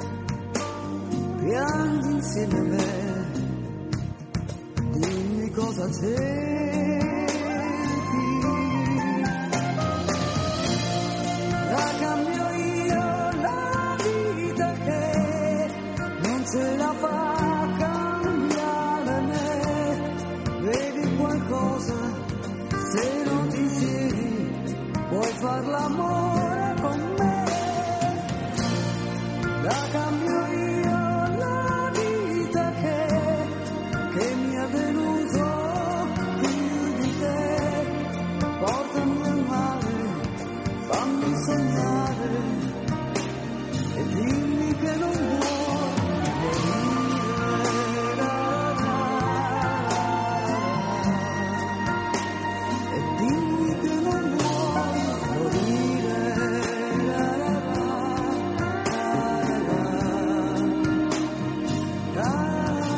piangi insieme a me, dimmi cosa c'è. far l'amore con me, la cambio io la vita che, che mi è venuto più di te. Portami al mare, fammi sognare e dimmi che non vuoi morire, ra, ra, ra. E dimmi che non vuoi morire, ra, ra, ra, ra, ra.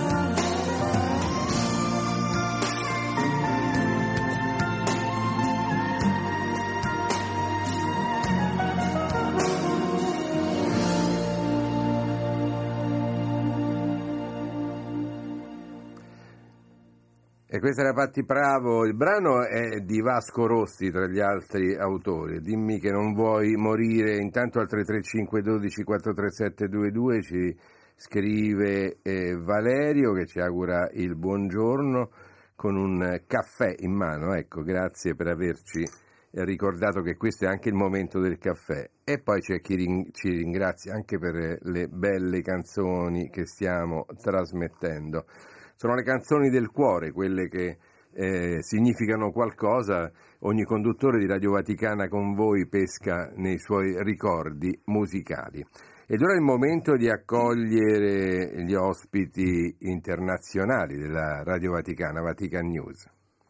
E questa era Patti Bravo, il brano è di Vasco Rossi tra gli altri autori. Dimmi che non vuoi morire. Intanto al tre tre cinque uno due quattro tre sette due due ci scrive eh, Valerio che ci augura il buongiorno con un caffè in mano. Ecco, grazie per averci ricordato che questo è anche il momento del caffè. E poi c'è chi ring- ci ringrazia anche per le belle canzoni che stiamo trasmettendo. Sono le canzoni del cuore, quelle che eh, significano qualcosa. Ogni conduttore di Radio Vaticana con voi pesca nei suoi ricordi musicali. Ed ora è il momento di accogliere gli ospiti internazionali della Radio Vaticana, Vatican News.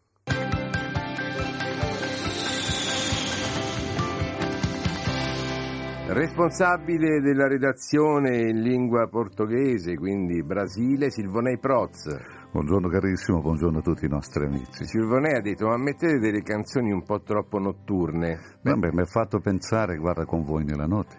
Responsabile della redazione in lingua portoghese, quindi Brasile, Silvonei Proz. Buongiorno carissimo, buongiorno a tutti i nostri amici. Silvonei ha detto, ma mettete delle canzoni un po' troppo notturne. Beh, mi ha fatto pensare, guarda, con voi nella notte.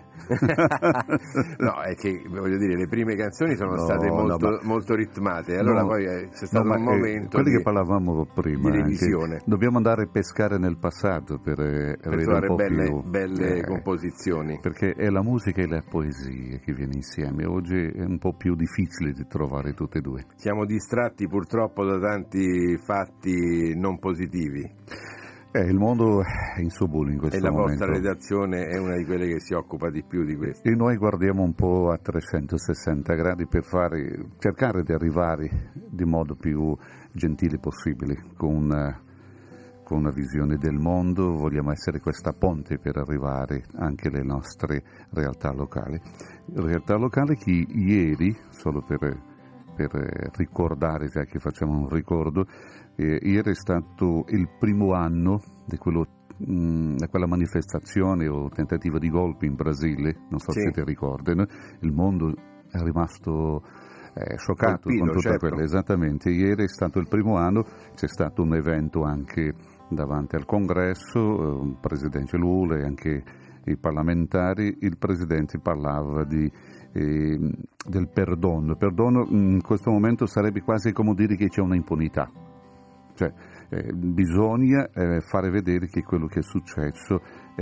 No, è che voglio dire, le prime canzoni sono no, state molto, no, ma... molto ritmate, allora no, poi eh, c'è stato no, un ma, momento eh, quelli di, che parlavamo prima, di revisione. Anche, dobbiamo andare a pescare nel passato per, eh, per avere un po' belle, più belle eh, composizioni. Perché è la musica e la poesia che viene insieme. Oggi è un po' più difficile di trovare tutte e due. Siamo distratti purtroppo da tanti fatti non positivi. Eh, il mondo è in subbuglio in questo momento. E la vostra redazione è una di quelle che si occupa di più di questo. E noi guardiamo un po' a trecentosessanta gradi per fare, cercare di arrivare di modo più gentile possibile, con una, con una visione del mondo. Vogliamo essere questa ponte per arrivare anche alle nostre realtà locali. Realtà locali che ieri, solo per, per ricordare, già che facciamo un ricordo, Eh, ieri è stato il primo anno di, quello, mh, di quella manifestazione o tentativo di golpe in Brasile, non so sì. se ti ricordi, no? Il mondo è rimasto eh, scioccato Colpito, con tutto certo. quello. Esattamente, ieri è stato il primo anno, c'è stato un evento anche davanti al Congresso, eh, il Presidente Lula e anche i parlamentari. Il Presidente parlava di eh, del perdono. Perdono in questo momento sarebbe quasi come dire che c'è una impunità. Cioè, eh, bisogna eh, fare vedere che quello che è successo è,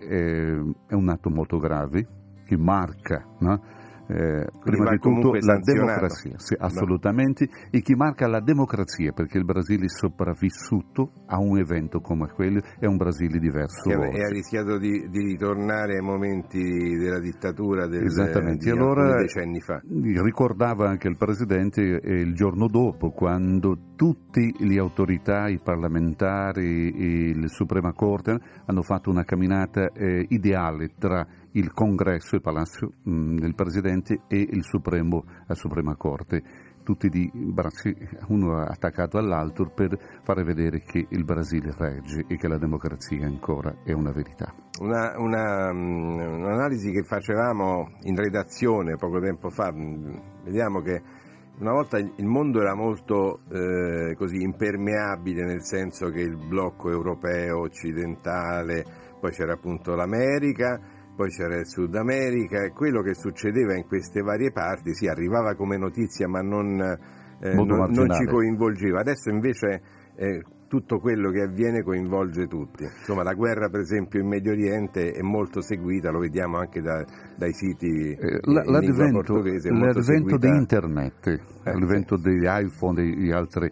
è, è un atto molto grave, che marca, no? eh, prima di tutto la democrazia, sì, assolutamente, no. E che marca la democrazia, perché il Brasile è sopravvissuto a un evento come quello, è un Brasile diverso. Che e ha rischiato di, di ritornare ai momenti della dittatura del, Esattamente. di allora, decenni fa. Ricordava anche il Presidente eh, il giorno dopo, quando tutte le autorità, i parlamentari e la Suprema Corte hanno fatto una camminata eh, ideale tra il Congresso, il Palazzo mh, del Presidente e il Supremo, la Suprema Corte, tutti di bracci uno attaccato all'altro per fare vedere che il Brasile regge e che la democrazia ancora è una verità. Una, una, un'analisi che facevamo in redazione poco tempo fa, vediamo che una volta il mondo era molto eh, così impermeabile, nel senso che il blocco europeo occidentale, poi c'era appunto l'America, poi c'era il Sud America, e quello che succedeva in queste varie parti si sì, arrivava come notizia ma non, eh, non, non ci coinvolgeva. Adesso invece eh, tutto quello che avviene coinvolge tutti. Insomma, la guerra per esempio in Medio Oriente è molto seguita, lo vediamo anche da, dai siti eh, in lingua portoghese. L'avvento di internet, eh, l'avvento sì. degli iPhone e altri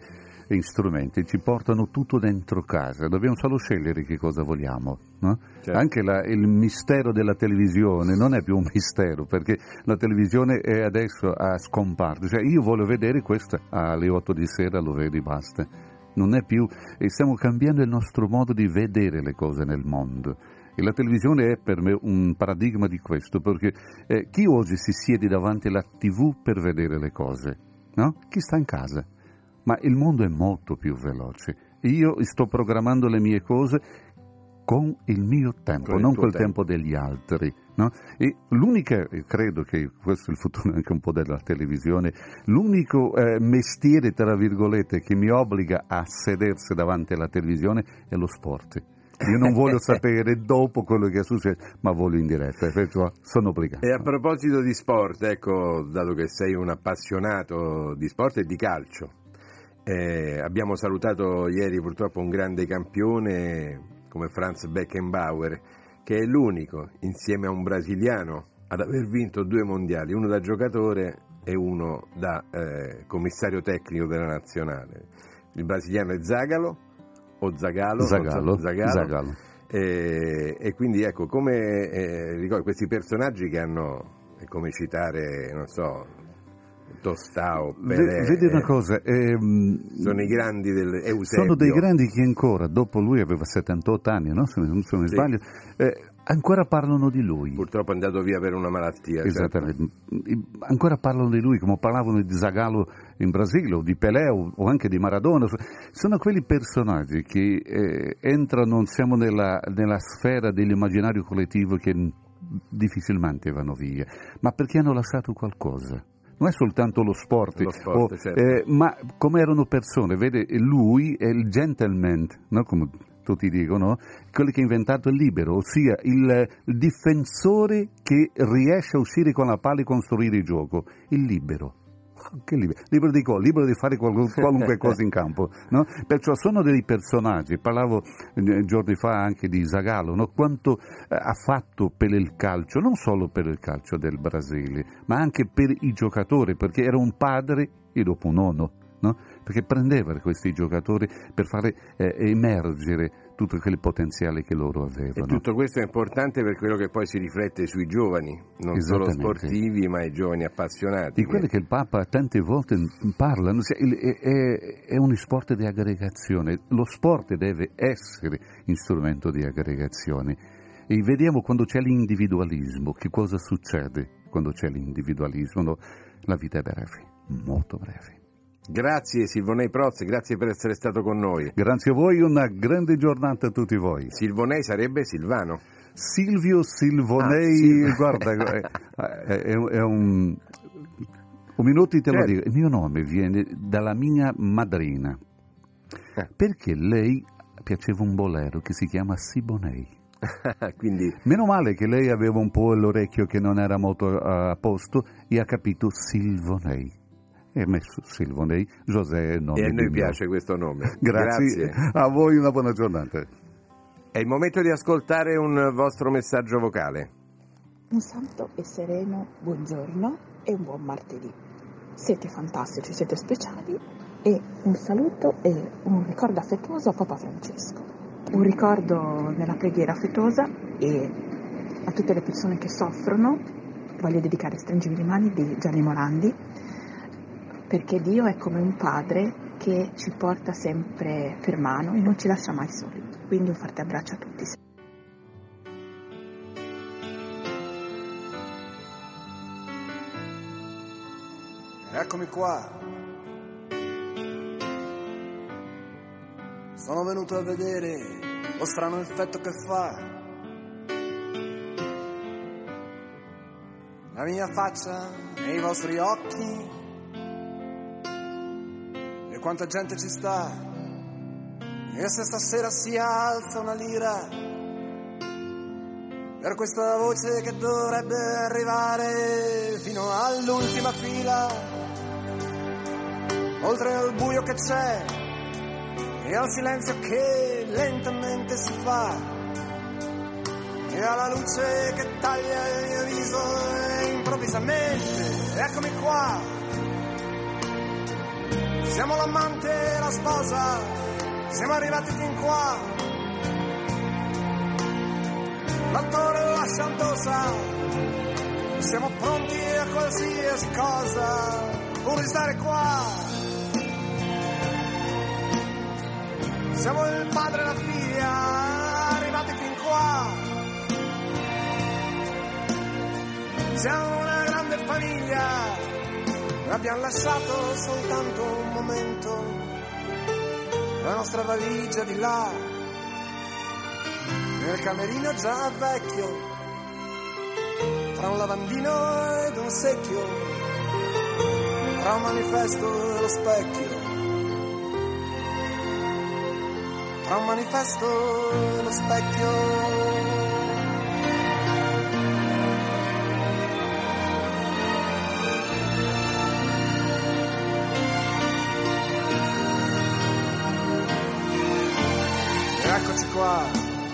e strumenti ci portano tutto dentro casa, dobbiamo solo scegliere che cosa vogliamo, no? Certo. Anche la, il mistero della televisione non è più un mistero, perché la televisione è adesso a scomparto, cioè io voglio vedere questa alle otto di sera, lo vedi, basta, non è più, e stiamo cambiando il nostro modo di vedere le cose nel mondo. E la televisione è per me un paradigma di questo, perché eh, chi oggi si siede davanti alla tivù per vedere le cose, no? Chi sta in casa? Ma il mondo è molto più veloce. Io sto programmando le mie cose con il mio tempo, non col tempo. tempo degli altri, no? E l'unica, credo che questo è il futuro anche un po' della televisione, l'unico eh, mestiere, tra virgolette, che mi obbliga a sedersi davanti alla televisione è lo sport. Io non voglio sapere dopo quello che è successo, ma voglio in diretta, perciò sono obbligato. E a proposito di sport, ecco, dato che sei un appassionato di sport e di calcio, eh, abbiamo salutato ieri purtroppo un grande campione come Franz Beckenbauer, che è l'unico, insieme a un brasiliano, ad aver vinto due mondiali, uno da giocatore e uno da eh, commissario tecnico della nazionale. Il brasiliano è Zagallo, o Zagallo, Zagallo, so, Zagallo. Zagallo. E, e quindi ecco, come eh, ricordo questi personaggi che hanno, è come citare, non so, Tostao, Pelé, vedi una cosa, ehm, sono i grandi del Eusebio. Sono dei grandi che ancora, dopo lui aveva settantotto anni, no? Se non mi sì. sbaglio, eh, ancora parlano di lui. Purtroppo è andato via per una malattia. Esattamente. Certo. Ancora parlano di lui, come parlavano di Zagallo in Brasile, o di Pelé, o, o anche di Maradona. Sono quelli personaggi che eh, entrano, siamo nella, nella sfera dell'immaginario collettivo che difficilmente vanno via, ma perché hanno lasciato qualcosa. Non è soltanto lo sport, lo sport o, certo. eh, ma come erano persone, vede, lui è il gentleman, no? Come tutti dicono, quello che ha inventato il libero, ossia il, il difensore che riesce a uscire con la palla e costruire il gioco, il libero. Che libero? Libero di cosa? Libero di fare qualunque cosa in campo, no? Perciò sono dei personaggi, parlavo eh, giorni fa anche di Zagallo, no? Quanto eh, ha fatto per il calcio, non solo per il calcio del Brasile, ma anche per i giocatori, perché era un padre e dopo un nonno, no? Perché prendeva questi giocatori per fare eh, emergere tutto quel potenziale che loro avevano. E tutto questo è importante per quello che poi si riflette sui giovani, non solo sportivi, ma i giovani appassionati. Di quello che il Papa tante volte parla, è, è, è un sport di aggregazione, lo sport deve essere un strumento di aggregazione. E vediamo quando c'è l'individualismo, che cosa succede quando c'è l'individualismo? No? La vita è breve, molto breve. Grazie Silvonei Proz, grazie per essere stato con noi. Grazie a voi, una grande giornata a tutti voi. Silvonei sarebbe Silvano. Silvio Silvonei, ah, guarda, è, è, è un... Un minuto te lo certo. dico, il mio nome viene dalla mia madrina, eh. perché lei piaceva un bolero che si chiama Siboney. Quindi... Meno male che lei aveva un po' l'orecchio che non era molto a posto e ha capito Silvonei. E ha messo Silvonei, José è il nome. E a noi mio. piace questo nome. Grazie. Grazie. A voi una buona giornata. È il momento di ascoltare un vostro messaggio vocale. Un santo e sereno buongiorno e un buon martedì. Siete fantastici, siete speciali e un saluto e un ricordo affettuoso a Papa Francesco. Un ricordo nella preghiera affettuosa e a tutte le persone che soffrono. Voglio dedicare Stringimi le mani di Gianni Morandi, perché Dio è come un padre che ci porta sempre per mano e non ci lascia mai soli. Quindi un forte abbraccio a tutti. Eccomi qua. Sono venuto a vedere lo strano effetto che fa la mia faccia nei vostri occhi. E quanta gente ci sta, e se stasera si alza una lira per questa voce che dovrebbe arrivare fino all'ultima fila, oltre al buio che c'è e al silenzio che lentamente si fa e alla luce che taglia il mio viso e improvvisamente eccomi qua. Siamo l'amante e la sposa, siamo arrivati fin qua. L'attore e la chantosa, siamo pronti a qualsiasi cosa pur di stare qua. Siamo il padre e la figlia, arrivati fin qua. Siamo una grande famiglia, abbiamo lasciato soltanto un momento, la nostra valigia di là, nel camerino già vecchio, tra un lavandino ed un secchio, tra un manifesto e lo specchio, tra un manifesto e lo specchio. Eccoci qua,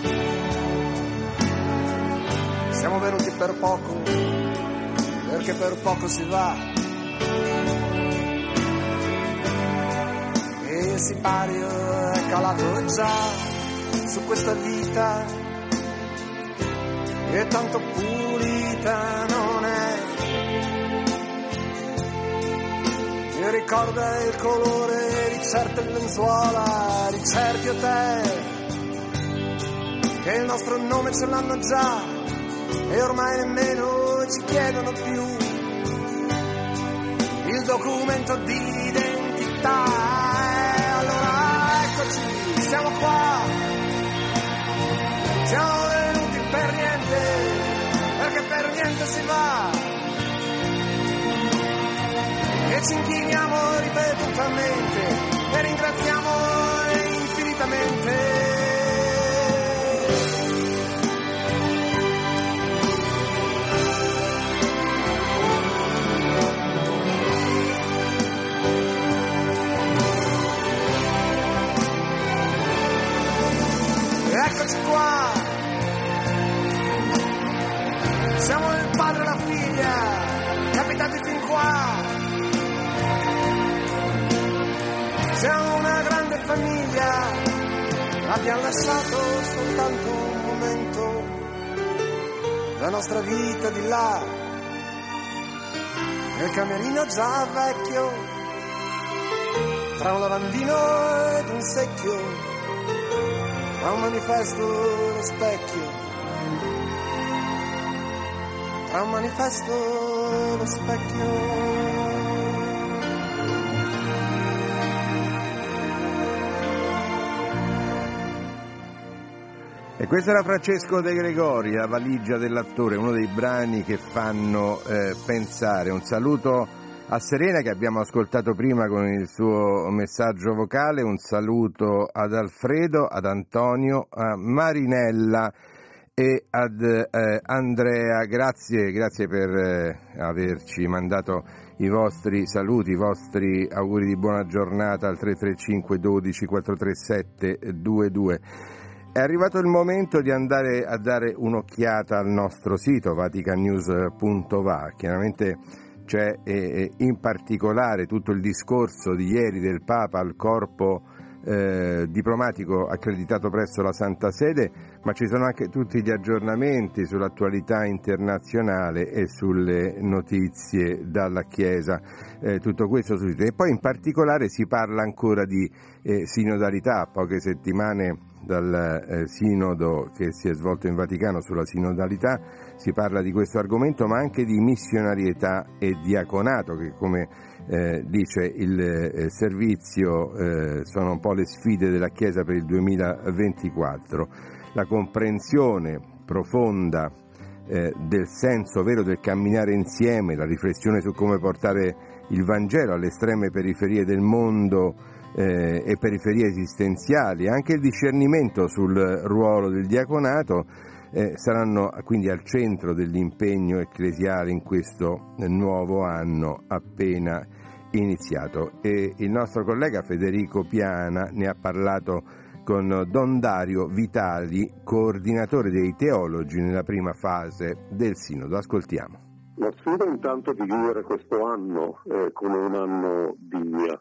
siamo venuti per poco, perché per poco si va, e il sipario è calato già su questa vita, e tanto pulita non è, mi ricorda il colore di certe lenzuola, di certi hotel, che il nostro nome ce l'hanno già e ormai nemmeno ci chiedono più il documento di identità. E allora eccoci, siamo qua, siamo venuti per niente, perché per niente si va, e ci inchiniamo ripetutamente e ringraziamo infinitamente. Eccoci qua, siamo il padre e la figlia, capitati fin qua, siamo una grande famiglia, abbiamo lasciato soltanto un momento, la nostra vita di là, nel camerino già vecchio, tra un lavandino ed un secchio, tra un manifesto e lo specchio, tra un manifesto e lo specchio. E questo era Francesco De Gregori, La valigia dell'attore, uno dei brani che fanno eh, pensare. Un saluto a Serena che abbiamo ascoltato prima con il suo messaggio vocale, un saluto ad Alfredo, ad Antonio, a Marinella e ad eh, Andrea. Grazie, grazie per eh, averci mandato i vostri saluti, i vostri auguri di buona giornata al tre tre cinque dodici quattrocentotrentasette ventidue. È arrivato il momento di andare a dare un'occhiata al nostro sito vatican news punto va. Chiaramente c'è eh, in particolare tutto il discorso di ieri del Papa al corpo eh, diplomatico accreditato presso la Santa Sede, ma ci sono anche tutti gli aggiornamenti sull'attualità internazionale e sulle notizie dalla Chiesa, eh, tutto questo sul sito. E poi in particolare si parla ancora di eh, sinodalità, poche settimane dal eh, sinodo che si è svolto in Vaticano sulla sinodalità. Si parla di questo argomento, ma anche di missionarietà e diaconato, che come eh, dice il eh, servizio eh, sono un po' le sfide della Chiesa per il duemilaventiquattro. La comprensione profonda eh, del senso vero del camminare insieme, la riflessione su come portare il Vangelo alle estreme periferie del mondo eh, e periferie esistenziali, anche il discernimento sul ruolo del diaconato, Eh, saranno quindi al centro dell'impegno ecclesiale in questo nuovo anno appena iniziato, e il nostro collega Federico Piana ne ha parlato con Don Dario Vitali, coordinatore dei teologi nella prima fase del Sinodo. Ascoltiamo. La sfida intanto di vivere questo anno eh, come un anno di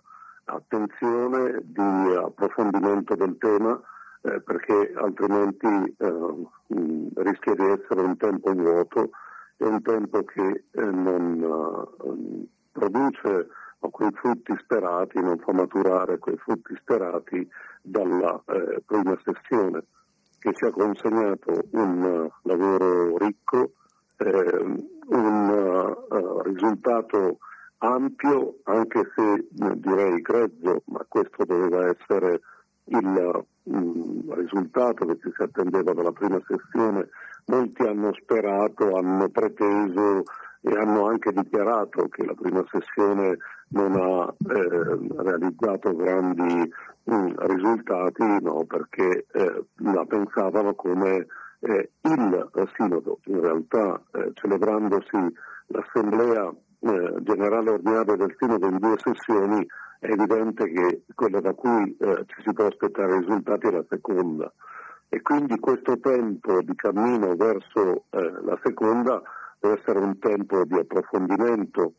attenzione, di approfondimento del tema, eh, perché altrimenti eh, mh, rischia di essere un tempo vuoto e un tempo che eh, non uh, produce quei frutti sperati, non fa maturare quei frutti sperati dalla eh, prima sessione, che ci ha consegnato un uh, lavoro ricco, eh, un uh, risultato ampio, anche se direi grezzo, ma questo doveva essere il um, risultato che ci si attendeva dalla prima sessione. Molti hanno sperato, hanno preteso e hanno anche dichiarato che la prima sessione non ha eh, realizzato grandi mh, risultati, no, perché eh, la pensavano come eh, il sinodo. In realtà, eh, celebrandosi l'assemblea eh, generale ordinaria del sinodo in due sessioni, è evidente che quella da cui eh, ci si può aspettare risultati è la seconda. E quindi questo tempo di cammino verso eh, la seconda deve essere un tempo di approfondimento,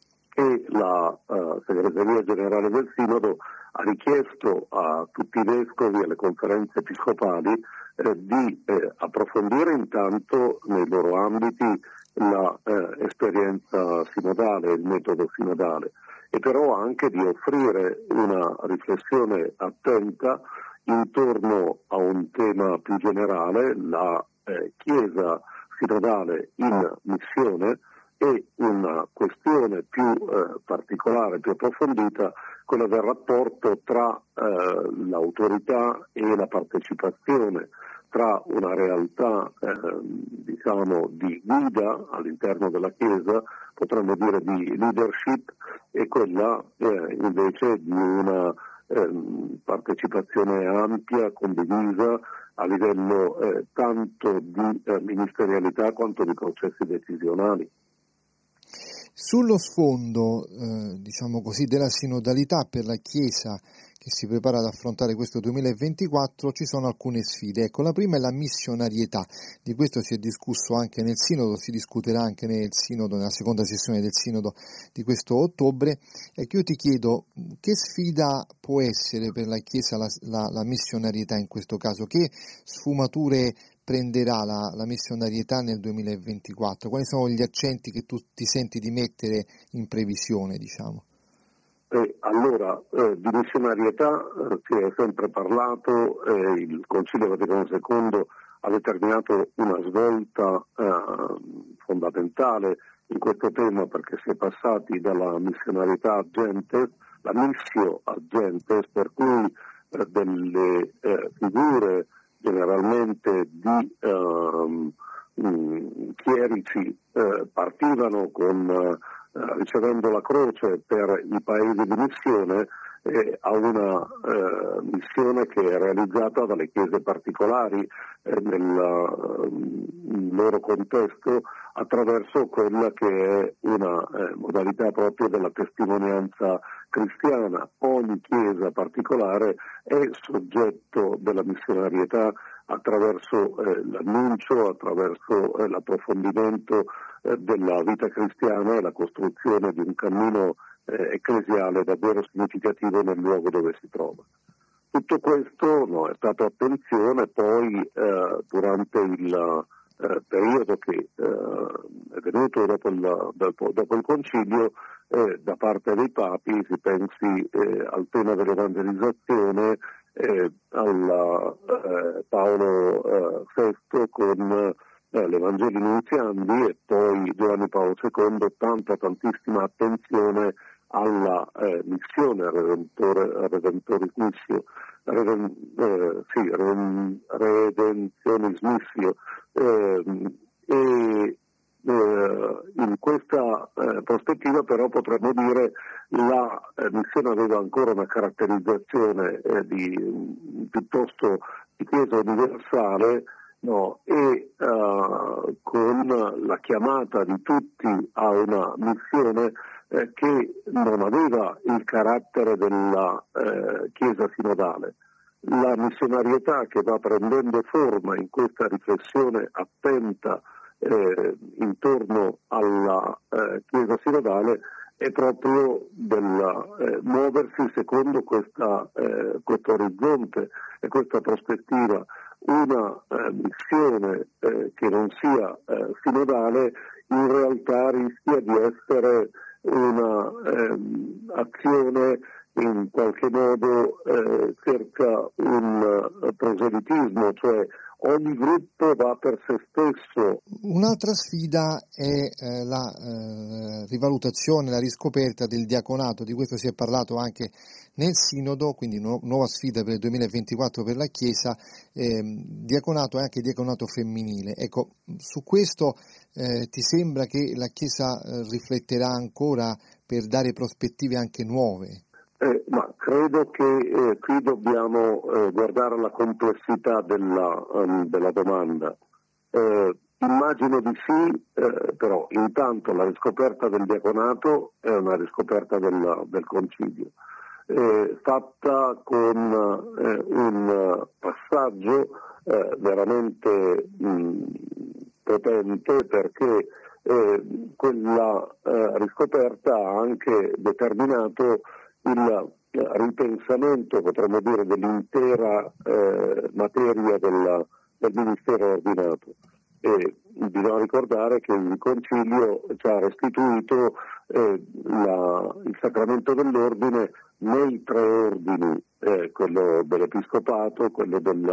e la uh, Segreteria Generale del Sinodo ha richiesto a tutti i vescovi e alle conferenze episcopali eh, di eh, approfondire intanto nei loro ambiti la eh, esperienza sinodale, il metodo sinodale, e però anche di offrire una riflessione attenta intorno a un tema più generale, la eh, Chiesa sinodale in missione, e una questione più eh, particolare, più approfondita, quella del rapporto tra eh, l'autorità e la partecipazione, tra una realtà eh, diciamo di guida all'interno della Chiesa, potremmo dire di leadership, e quella eh, invece di una eh, partecipazione ampia, condivisa, a livello eh, tanto di eh, ministerialità quanto di processi decisionali. Sullo sfondo, eh, diciamo così, della sinodalità per la Chiesa che si prepara ad affrontare questo duemilaventiquattro, ci sono alcune sfide. Ecco, la prima è la missionarietà. Di questo si è discusso anche nel Sinodo, si discuterà anche nel Sinodo, nella seconda sessione del Sinodo di questo ottobre. Ecco, io ti chiedo, che sfida può essere per la Chiesa la, la, la missionarietà in questo caso? Che sfumature prenderà la, la missionarietà nel duemilaventiquattro? Quali sono gli accenti che tu ti senti di mettere in previsione, diciamo? Eh, allora, eh, di missionarietà eh, si è sempre parlato, eh, il Concilio Vaticano secondo ha determinato una svolta eh, fondamentale in questo tema, perché si è passati dalla missionarietà a gentes, la missio a gentes, per cui eh, delle eh, figure generalmente di eh, mh, chierici eh, partivano con eh, ricevendo la croce per i paesi di missione, eh, a una eh, missione che è realizzata dalle chiese particolari eh, nel uh, loro contesto, attraverso quella che è una eh, modalità proprio della testimonianza cristiana. Ogni chiesa particolare è soggetto della missionarietà attraverso eh, l'annuncio, attraverso eh, l'approfondimento eh, della vita cristiana e la costruzione di un cammino eh, ecclesiale davvero significativo nel luogo dove si trova. Tutto questo no, è stato attenzione poi eh, durante il eh, periodo che eh, è venuto dopo il, dopo, dopo il concilio eh, da parte dei papi. Si pensi eh, al tema dell'evangelizzazione, eh, al eh, Paolo eh, sesto con eh, l'Evangeli Nunziandi, e poi Giovanni Paolo secondo, tanta tantissima attenzione alla eh, missione Redentore, Redentoris Missio, Reden, eh, sì, Redenzionis Missio, eh, e eh, in questa eh, prospettiva però potremmo dire la eh, missione aveva ancora una caratterizzazione eh, di, piuttosto di chiesa universale, no, e uh, con la chiamata di tutti a una missione eh, che non aveva il carattere della eh, Chiesa sinodale. La missionarietà che va prendendo forma in questa riflessione attenta eh, intorno alla eh, Chiesa sinodale è proprio del eh, muoversi secondo questa, eh, questo orizzonte e questa prospettiva. Una eh, missione eh, che non sia eh, sinodale in realtà rischia di essere una ehm, azione in qualche modo eh, cerca un uh, proselitismo, cioè ogni gruppo va per se stesso. Un'altra sfida è eh, la eh, rivalutazione, la riscoperta del diaconato, di questo si è parlato anche nel Sinodo, quindi nu- nuova sfida per il duemilaventiquattro per la Chiesa, ehm, diaconato e anche diaconato femminile. Ecco, su questo eh, ti sembra che la Chiesa eh, rifletterà ancora per dare prospettive anche nuove? Eh, ma credo che eh, qui dobbiamo eh, guardare la complessità della, um, della domanda. Eh, immagino di sì, eh, però intanto la riscoperta del diaconato è una riscoperta del, del concilio, eh, fatta con eh, un passaggio eh, veramente mh, potente, perché eh, quella eh, riscoperta ha anche determinato il ripensamento, potremmo dire, dell'intera eh, materia della, del ministero ordinato. E bisogna ricordare che il Concilio ci ha restituito eh, la, il sacramento dell'ordine nei tre ordini, eh, quello dell'Episcopato, quello del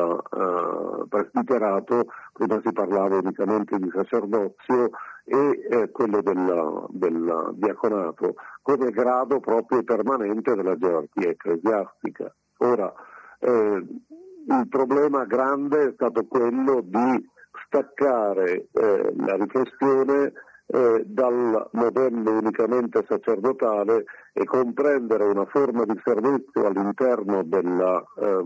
uh, Presbiterato, prima si parlava unicamente di sacerdozio, e eh, quello del, del diaconato, come grado proprio permanente della gerarchia ecclesiastica. Ora, eh, il problema grande è stato quello di staccare eh, la riflessione eh, dal modello unicamente sacerdotale e comprendere una forma di servizio all'interno della, eh,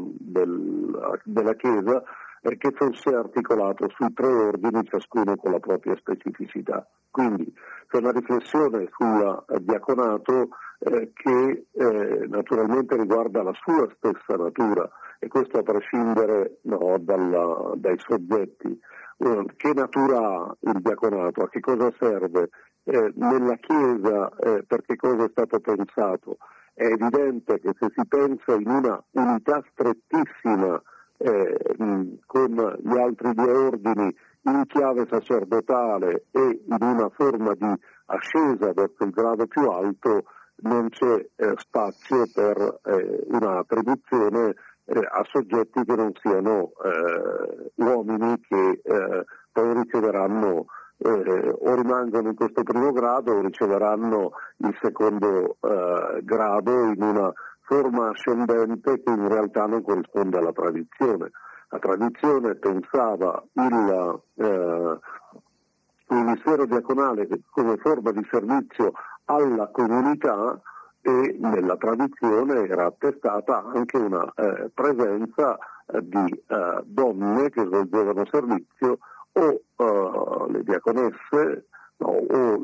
del, della Chiesa eh, che fosse articolato sui tre ordini, ciascuno con la propria specificità. Quindi c'è una riflessione sul diaconato eh, che eh, naturalmente riguarda la sua stessa natura, e questo a prescindere no, dalla, dai soggetti. Che natura ha il diaconato? A che cosa serve? Eh, nella Chiesa eh, per che cosa è stato pensato? È evidente che se si pensa in una unità strettissima eh, mh, con gli altri due ordini in chiave sacerdotale e in una forma di ascesa verso il grado più alto, non c'è eh, spazio per eh, una attribuzione Eh, a soggetti che non siano eh, uomini che eh, poi riceveranno eh, o rimangono in questo primo grado o riceveranno il secondo eh, grado in una forma ascendente che in realtà non corrisponde alla tradizione. La tradizione pensava il, eh, il ministero diaconale come forma di servizio alla comunità, e nella tradizione era attestata anche una eh, presenza eh, di eh, donne che svolgevano servizio, o eh, le diaconesse no, o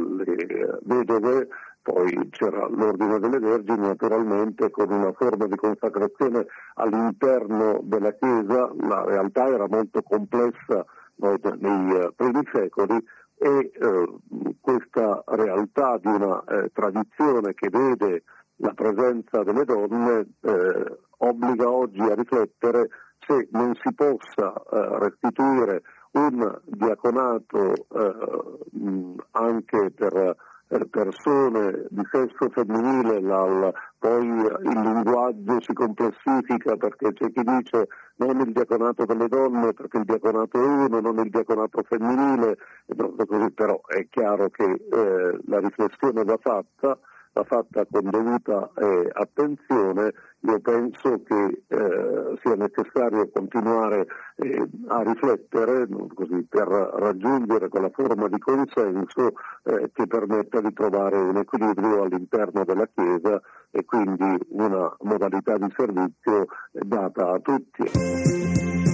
le vedove. Poi c'era l'ordine delle Vergini, naturalmente, con una forma di consacrazione all'interno della Chiesa. La realtà era molto complessa no, nei eh, primi secoli, e eh, questa realtà di una eh, tradizione che vede la presenza delle donne eh, obbliga oggi a riflettere se non si possa eh, restituire un diaconato eh, mh, anche per eh, persone di sesso femminile. La, la, poi il linguaggio si complessifica, perché c'è chi dice non il diaconato delle donne perché il diaconato è uno, non il diaconato femminile, e così. Però è chiaro che eh, la riflessione va fatta, va fatta con dovuta eh, attenzione. Io penso che eh, sia necessario continuare eh, a riflettere così, per raggiungere quella forma di consenso eh, che permetta di trovare un equilibrio all'interno della Chiesa, e quindi una modalità di servizio data a tutti.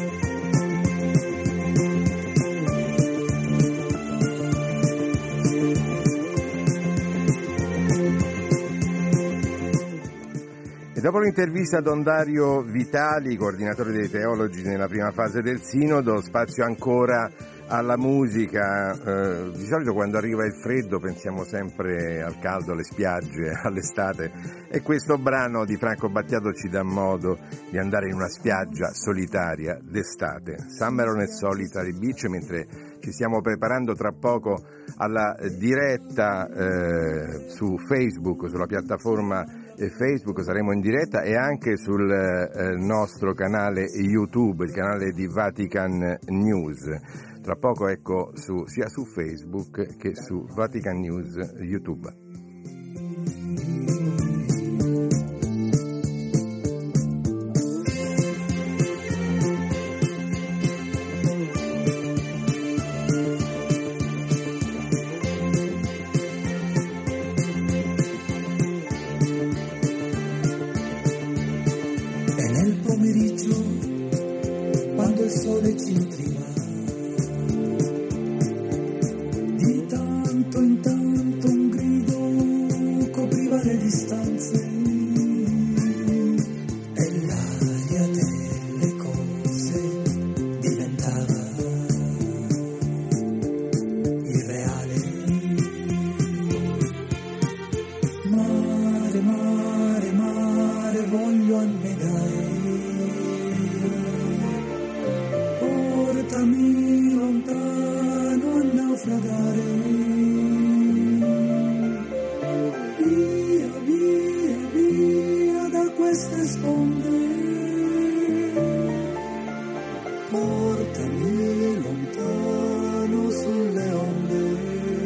E dopo l'intervista a Don Dario Vitali, coordinatore dei teologi nella prima fase del Sinodo, spazio ancora alla musica. Eh, di solito quando arriva il freddo pensiamo sempre al caldo, alle spiagge, all'estate, e questo brano di Franco Battiato ci dà modo di andare in una spiaggia solitaria d'estate. Summer on a Solitary Beach, mentre ci stiamo preparando tra poco alla diretta eh, su Facebook, sulla piattaforma eh, Facebook, saremo in diretta, e anche sul eh, nostro canale YouTube, il canale di Vatican News. Tra poco, ecco, su, sia su Facebook che su Vatican News YouTube. E nel pomeriggio, quando il sole ci intima, di tanto in tanto un grido copriva le distanze e l'aria delle cose diventava irreale. Mare, mare, mare, voglio annegare, portami lontano a naufragare, via, via, via da queste sponde, portami lontano sulle onde.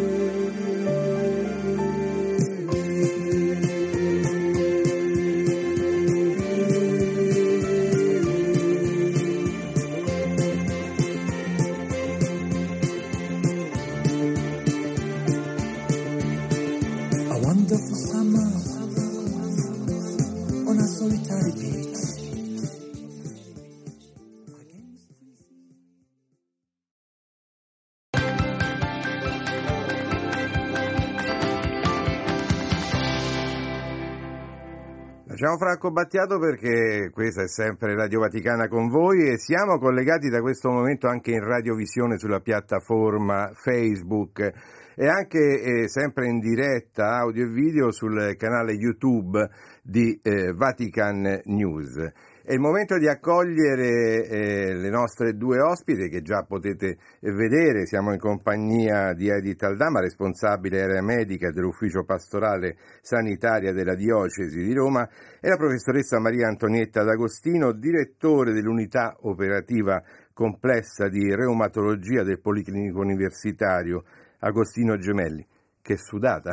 A wonderful summer on a solitary beach. Lasciamo Franco Battiato perché questa è sempre Radio Vaticana con voi, e siamo collegati da questo momento anche in radiovisione sulla piattaforma Facebook e anche eh, sempre in diretta audio e video sul canale YouTube di eh, Vatican News. È il momento di accogliere eh, le nostre due ospiti che già potete vedere. Siamo in compagnia di Edith Aldama, responsabile area medica dell'ufficio pastorale sanitaria della diocesi di Roma, e la professoressa Maria Antonietta D'Agostino, direttore dell'unità operativa complessa di reumatologia del Policlinico Universitario Agostino Gemelli. Che sudata.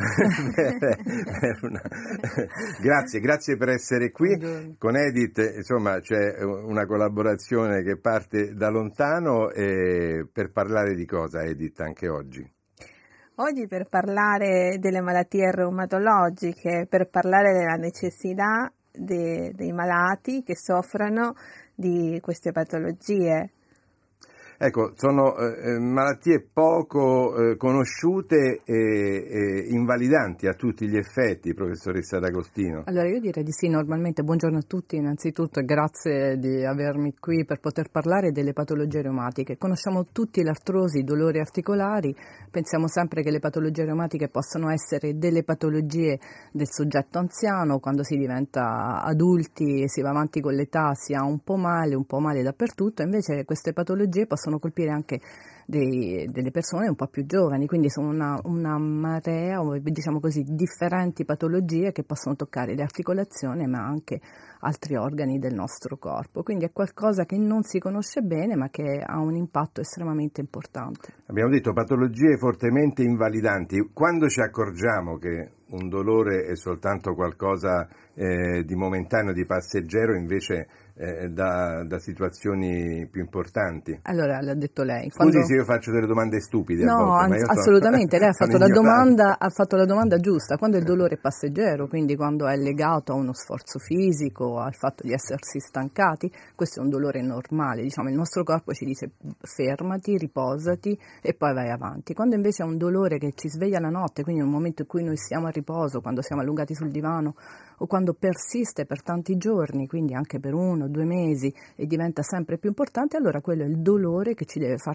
Grazie, grazie per essere qui. Buongiorno. Con Edith, insomma, c'è una collaborazione che parte da lontano, e per parlare di cosa, Edith, anche oggi? Oggi per parlare delle malattie reumatologiche, per parlare della necessità de, dei malati che soffrono di queste patologie. Ecco, sono eh, malattie poco eh, conosciute e, e invalidanti a tutti gli effetti, professoressa D'Agostino. Allora io direi di sì, normalmente. Buongiorno a tutti innanzitutto e grazie di avermi qui per poter parlare delle patologie reumatiche. Conosciamo tutti l'artrosi, i dolori articolari, pensiamo sempre che le patologie reumatiche possono essere delle patologie del soggetto anziano, quando si diventa adulti e si va avanti con l'età si ha un po' male, un po' male dappertutto, invece queste patologie possono colpire anche dei, delle persone un po' più giovani, quindi sono una, una marea, diciamo così, differenti patologie che possono toccare le articolazioni ma anche altri organi del nostro corpo, quindi è qualcosa che non si conosce bene ma che ha un impatto estremamente importante. Abbiamo detto patologie fortemente invalidanti. Quando ci accorgiamo che un dolore è soltanto qualcosa eh, di momentaneo, di passeggero, invece eh, da, da situazioni più importanti? Allora, l'ha detto lei. Scusi Quando... se io faccio delle domande stupide. No, a volte, anzi, ma io assolutamente, sono, lei ha fatto, la domanda, ha fatto la domanda giusta. Quando il dolore è passeggero, quindi quando è legato a uno sforzo fisico, al fatto di essersi stancati, questo è un dolore normale, diciamo, il nostro corpo ci dice fermati, riposati e poi vai avanti. Quando invece è un dolore che ci sveglia la notte, quindi nel momento in cui noi siamo a riposo, quando siamo allungati sul divano o quando persiste per tanti giorni, quindi anche per uno o due mesi e diventa sempre più importante, allora quello è il dolore che ci deve far capire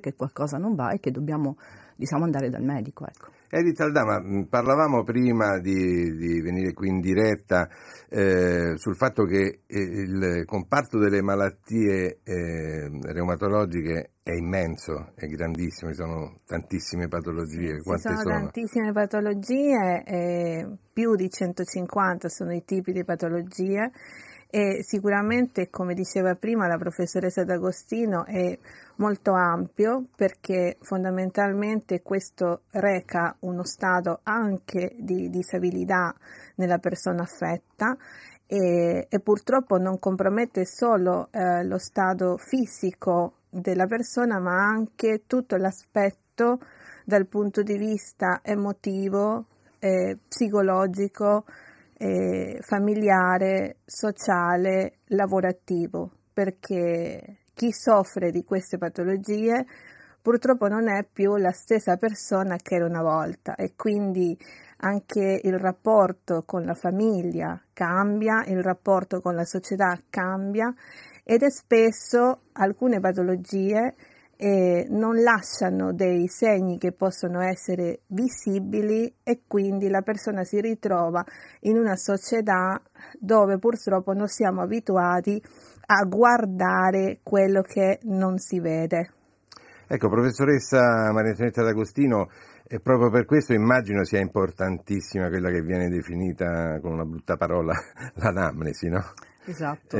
che qualcosa non va e che dobbiamo, diciamo, andare dal medico, ecco. Edith Aldama, parlavamo prima di, di venire qui in diretta eh, sul fatto che il comparto delle malattie eh, reumatologiche è immenso, è grandissimo, ci sono tantissime patologie. Ci Quante sono, sono? tantissime patologie, eh, più di centocinquanta sono i tipi di patologie e sicuramente, come diceva prima la professoressa D'Agostino, è molto ampio perché fondamentalmente questo reca uno stato anche di disabilità nella persona affetta e, e purtroppo non compromette solo eh, lo stato fisico della persona, ma anche tutto l'aspetto dal punto di vista emotivo, eh, psicologico, eh, familiare, sociale, lavorativo, perché chi soffre di queste patologie purtroppo non è più la stessa persona che era una volta e quindi anche il rapporto con la famiglia cambia, il rapporto con la società cambia ed è spesso alcune patologie eh, non lasciano dei segni che possono essere visibili e quindi la persona si ritrova in una società dove purtroppo non siamo abituati a guardare quello che non si vede. Ecco, professoressa Maria Antonietta D'Agostino, e proprio per questo immagino sia importantissima quella che viene definita con una brutta parola l'anamnesi, no? Esatto.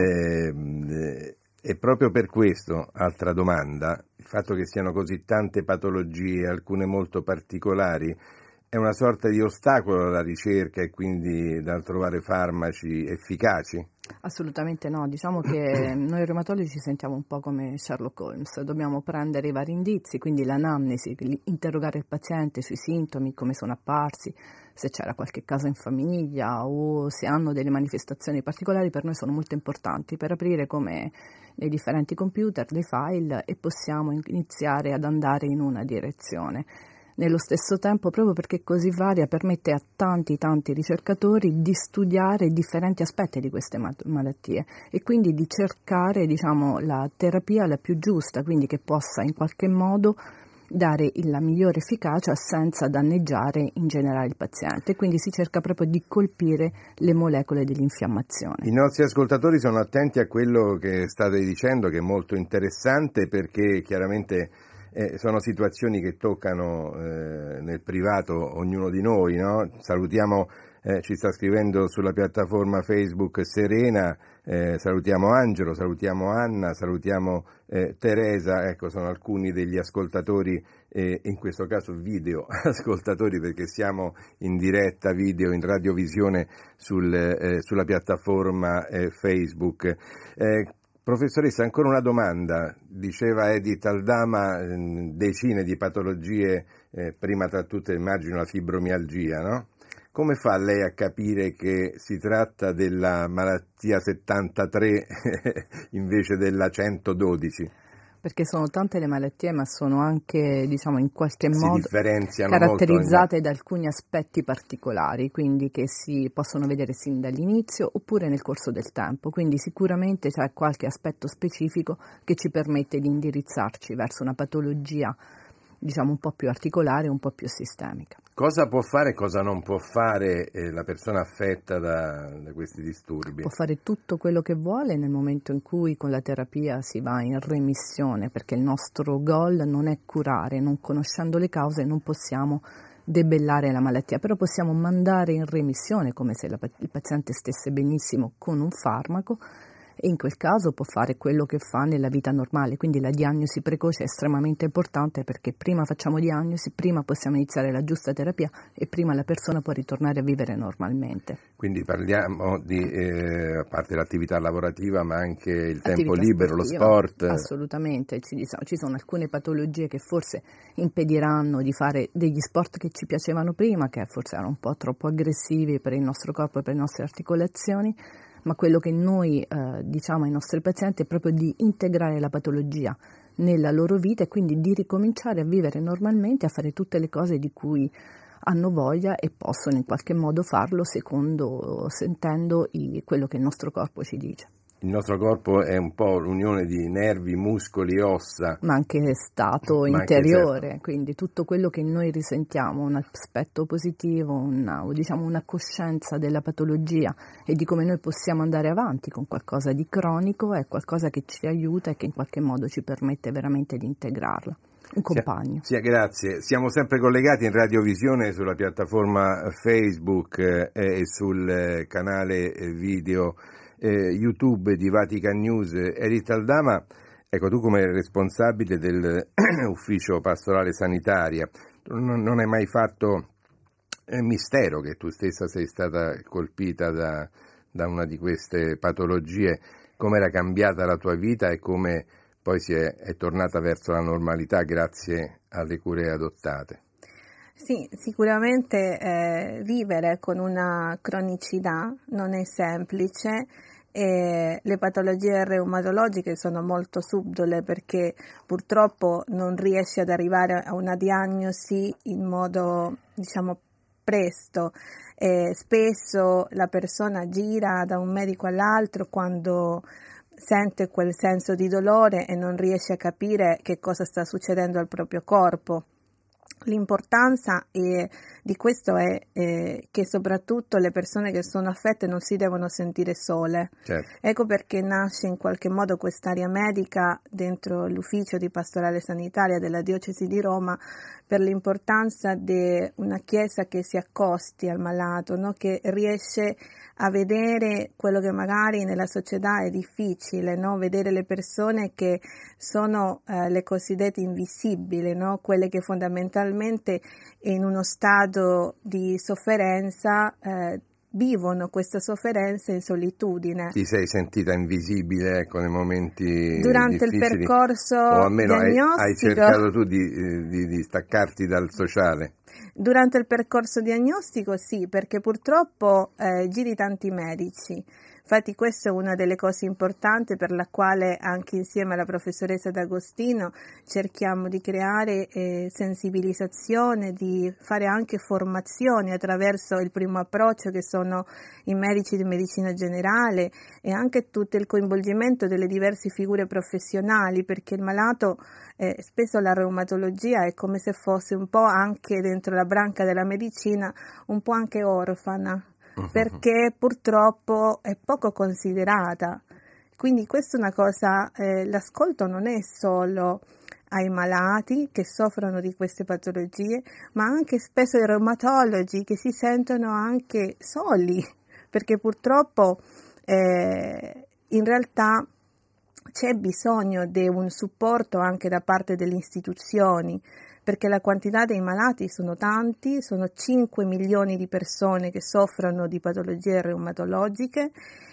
E, e proprio per questo, altra domanda, il fatto che siano così tante patologie, alcune molto particolari, è una sorta di ostacolo alla ricerca e quindi dal trovare farmaci efficaci? Assolutamente no, diciamo che noi reumatologi ci sentiamo un po' come Sherlock Holmes, dobbiamo prendere i vari indizi, quindi l'anamnesi, interrogare il paziente sui sintomi, come sono apparsi, se c'era qualche caso in famiglia o se hanno delle manifestazioni particolari, per noi sono molto importanti per aprire come nei differenti computer dei file e possiamo iniziare ad andare in una direzione. Nello stesso tempo, proprio perché così varia, permette a tanti tanti ricercatori di studiare differenti aspetti di queste malattie e quindi di cercare, diciamo, la terapia la più giusta, quindi che possa in qualche modo dare la migliore efficacia senza danneggiare in generale il paziente. Quindi si cerca proprio di colpire le molecole dell'infiammazione. I nostri ascoltatori sono attenti a quello che state dicendo, che è molto interessante, perché chiaramente Eh, sono situazioni che toccano eh, nel privato ognuno di noi, no? Salutiamo, eh, ci sta scrivendo sulla piattaforma Facebook Serena, eh, salutiamo Angelo, salutiamo Anna, salutiamo eh, Teresa, ecco, sono alcuni degli ascoltatori, eh, in questo caso video ascoltatori, perché siamo in diretta video, in radiovisione sul, eh, sulla piattaforma eh, Facebook. Eh, Professoressa, ancora una domanda. Diceva Edith Aldama decine di patologie, eh, prima tra tutte immagino la fibromialgia, no? Come fa lei a capire che si tratta della malattia settantatré invece della centododici? Perché sono tante le malattie, ma sono anche, diciamo, in qualche si modo caratterizzate da alcuni aspetti particolari, quindi che si possono vedere sin dall'inizio oppure nel corso del tempo. Quindi sicuramente c'è qualche aspetto specifico che ci permette di indirizzarci verso una patologia, diciamo, un po' più articolare, un po' più sistemica. Cosa può fare e cosa non può fare eh, la persona affetta da, da questi disturbi? Può fare tutto quello che vuole nel momento in cui con la terapia si va in remissione, perché il nostro goal non è curare, non conoscendo le cause non possiamo debellare la malattia, però possiamo mandare in remissione come se la, il paziente stesse benissimo con un farmaco, e in quel caso può fare quello che fa nella vita normale. Quindi la diagnosi precoce è estremamente importante, perché prima facciamo diagnosi, prima possiamo iniziare la giusta terapia e prima la persona può ritornare a vivere normalmente. Quindi parliamo di, eh, a parte l'attività lavorativa, ma anche il attività tempo libero, sportiva, lo sport? Assolutamente, ci, ci sono alcune patologie che forse impediranno di fare degli sport che ci piacevano prima, che forse erano un po' troppo aggressivi per il nostro corpo e per le nostre articolazioni, ma quello che noi eh, diciamo ai nostri pazienti è proprio di integrare la patologia nella loro vita e quindi di ricominciare a vivere normalmente, a fare tutte le cose di cui hanno voglia e possono in qualche modo farlo secondo, sentendo i, quello che il nostro corpo ci dice. il nostro corpo è un po' l'unione di nervi, muscoli, ossa. Ma anche stato Ma interiore, anche quindi tutto quello che noi risentiamo, un aspetto positivo, una, diciamo una coscienza della patologia e di come noi possiamo andare avanti con qualcosa di cronico, è qualcosa che ci aiuta e che in qualche modo ci permette veramente di integrarla. Un compagno. Sì, grazie. Siamo sempre collegati in radiovisione sulla piattaforma Facebook eh, e sul eh, canale eh, video eh, YouTube di Vatican News. Edith Aldama, ecco, tu come responsabile dell'ufficio pastorale sanitaria, non, non hai mai fatto eh, mistero che tu stessa sei stata colpita da, da una di queste patologie, come era cambiata la tua vita e come poi si è, è tornata verso la normalità grazie alle cure adottate. Sì, sicuramente eh, vivere con una cronicità non è semplice e le patologie reumatologiche sono molto subdole perché purtroppo non riesci ad arrivare a una diagnosi in modo, diciamo, presto. E spesso la persona gira da un medico all'altro quando sente quel senso di dolore e non riesce a capire che cosa sta succedendo al proprio corpo. L'importanza è, di questo è eh, che soprattutto le persone che sono affette non si devono sentire sole. Certo. Ecco perché nasce in qualche modo quest'area medica dentro l'ufficio di pastorale sanitaria della diocesi di Roma, per l'importanza di una chiesa che si accosti al malato, no? Che riesce a vedere quello che magari nella società è difficile, no? Vedere le persone che sono eh, le cosiddette invisibili, no? Quelle che fondamentalmente in uno stato di sofferenza eh, vivono questa sofferenza in solitudine. Ti sei sentita invisibile, ecco, nei momenti durante difficili, il percorso o almeno hai, hai diagnostico, cercato tu di, di, di staccarti dal sociale? Durante il percorso diagnostico sì, perché purtroppo eh, giri tanti medici. Infatti questa è una delle cose importanti per la quale anche insieme alla professoressa D'Agostino cerchiamo di creare eh, sensibilizzazione, di fare anche formazioni attraverso il primo approccio che sono i medici di medicina generale e anche tutto il coinvolgimento delle diverse figure professionali, perché il malato, eh, spesso la reumatologia è come se fosse un po' anche dentro la branca della medicina, un po' anche orfana, perché purtroppo è poco considerata. Quindi questa è una cosa, eh, l'ascolto non è solo ai malati che soffrono di queste patologie, ma anche spesso ai reumatologi che si sentono anche soli, perché purtroppo eh, in realtà c'è bisogno di un supporto anche da parte delle istituzioni, perché la quantità dei malati sono tanti, sono cinque milioni di persone che soffrono di patologie reumatologiche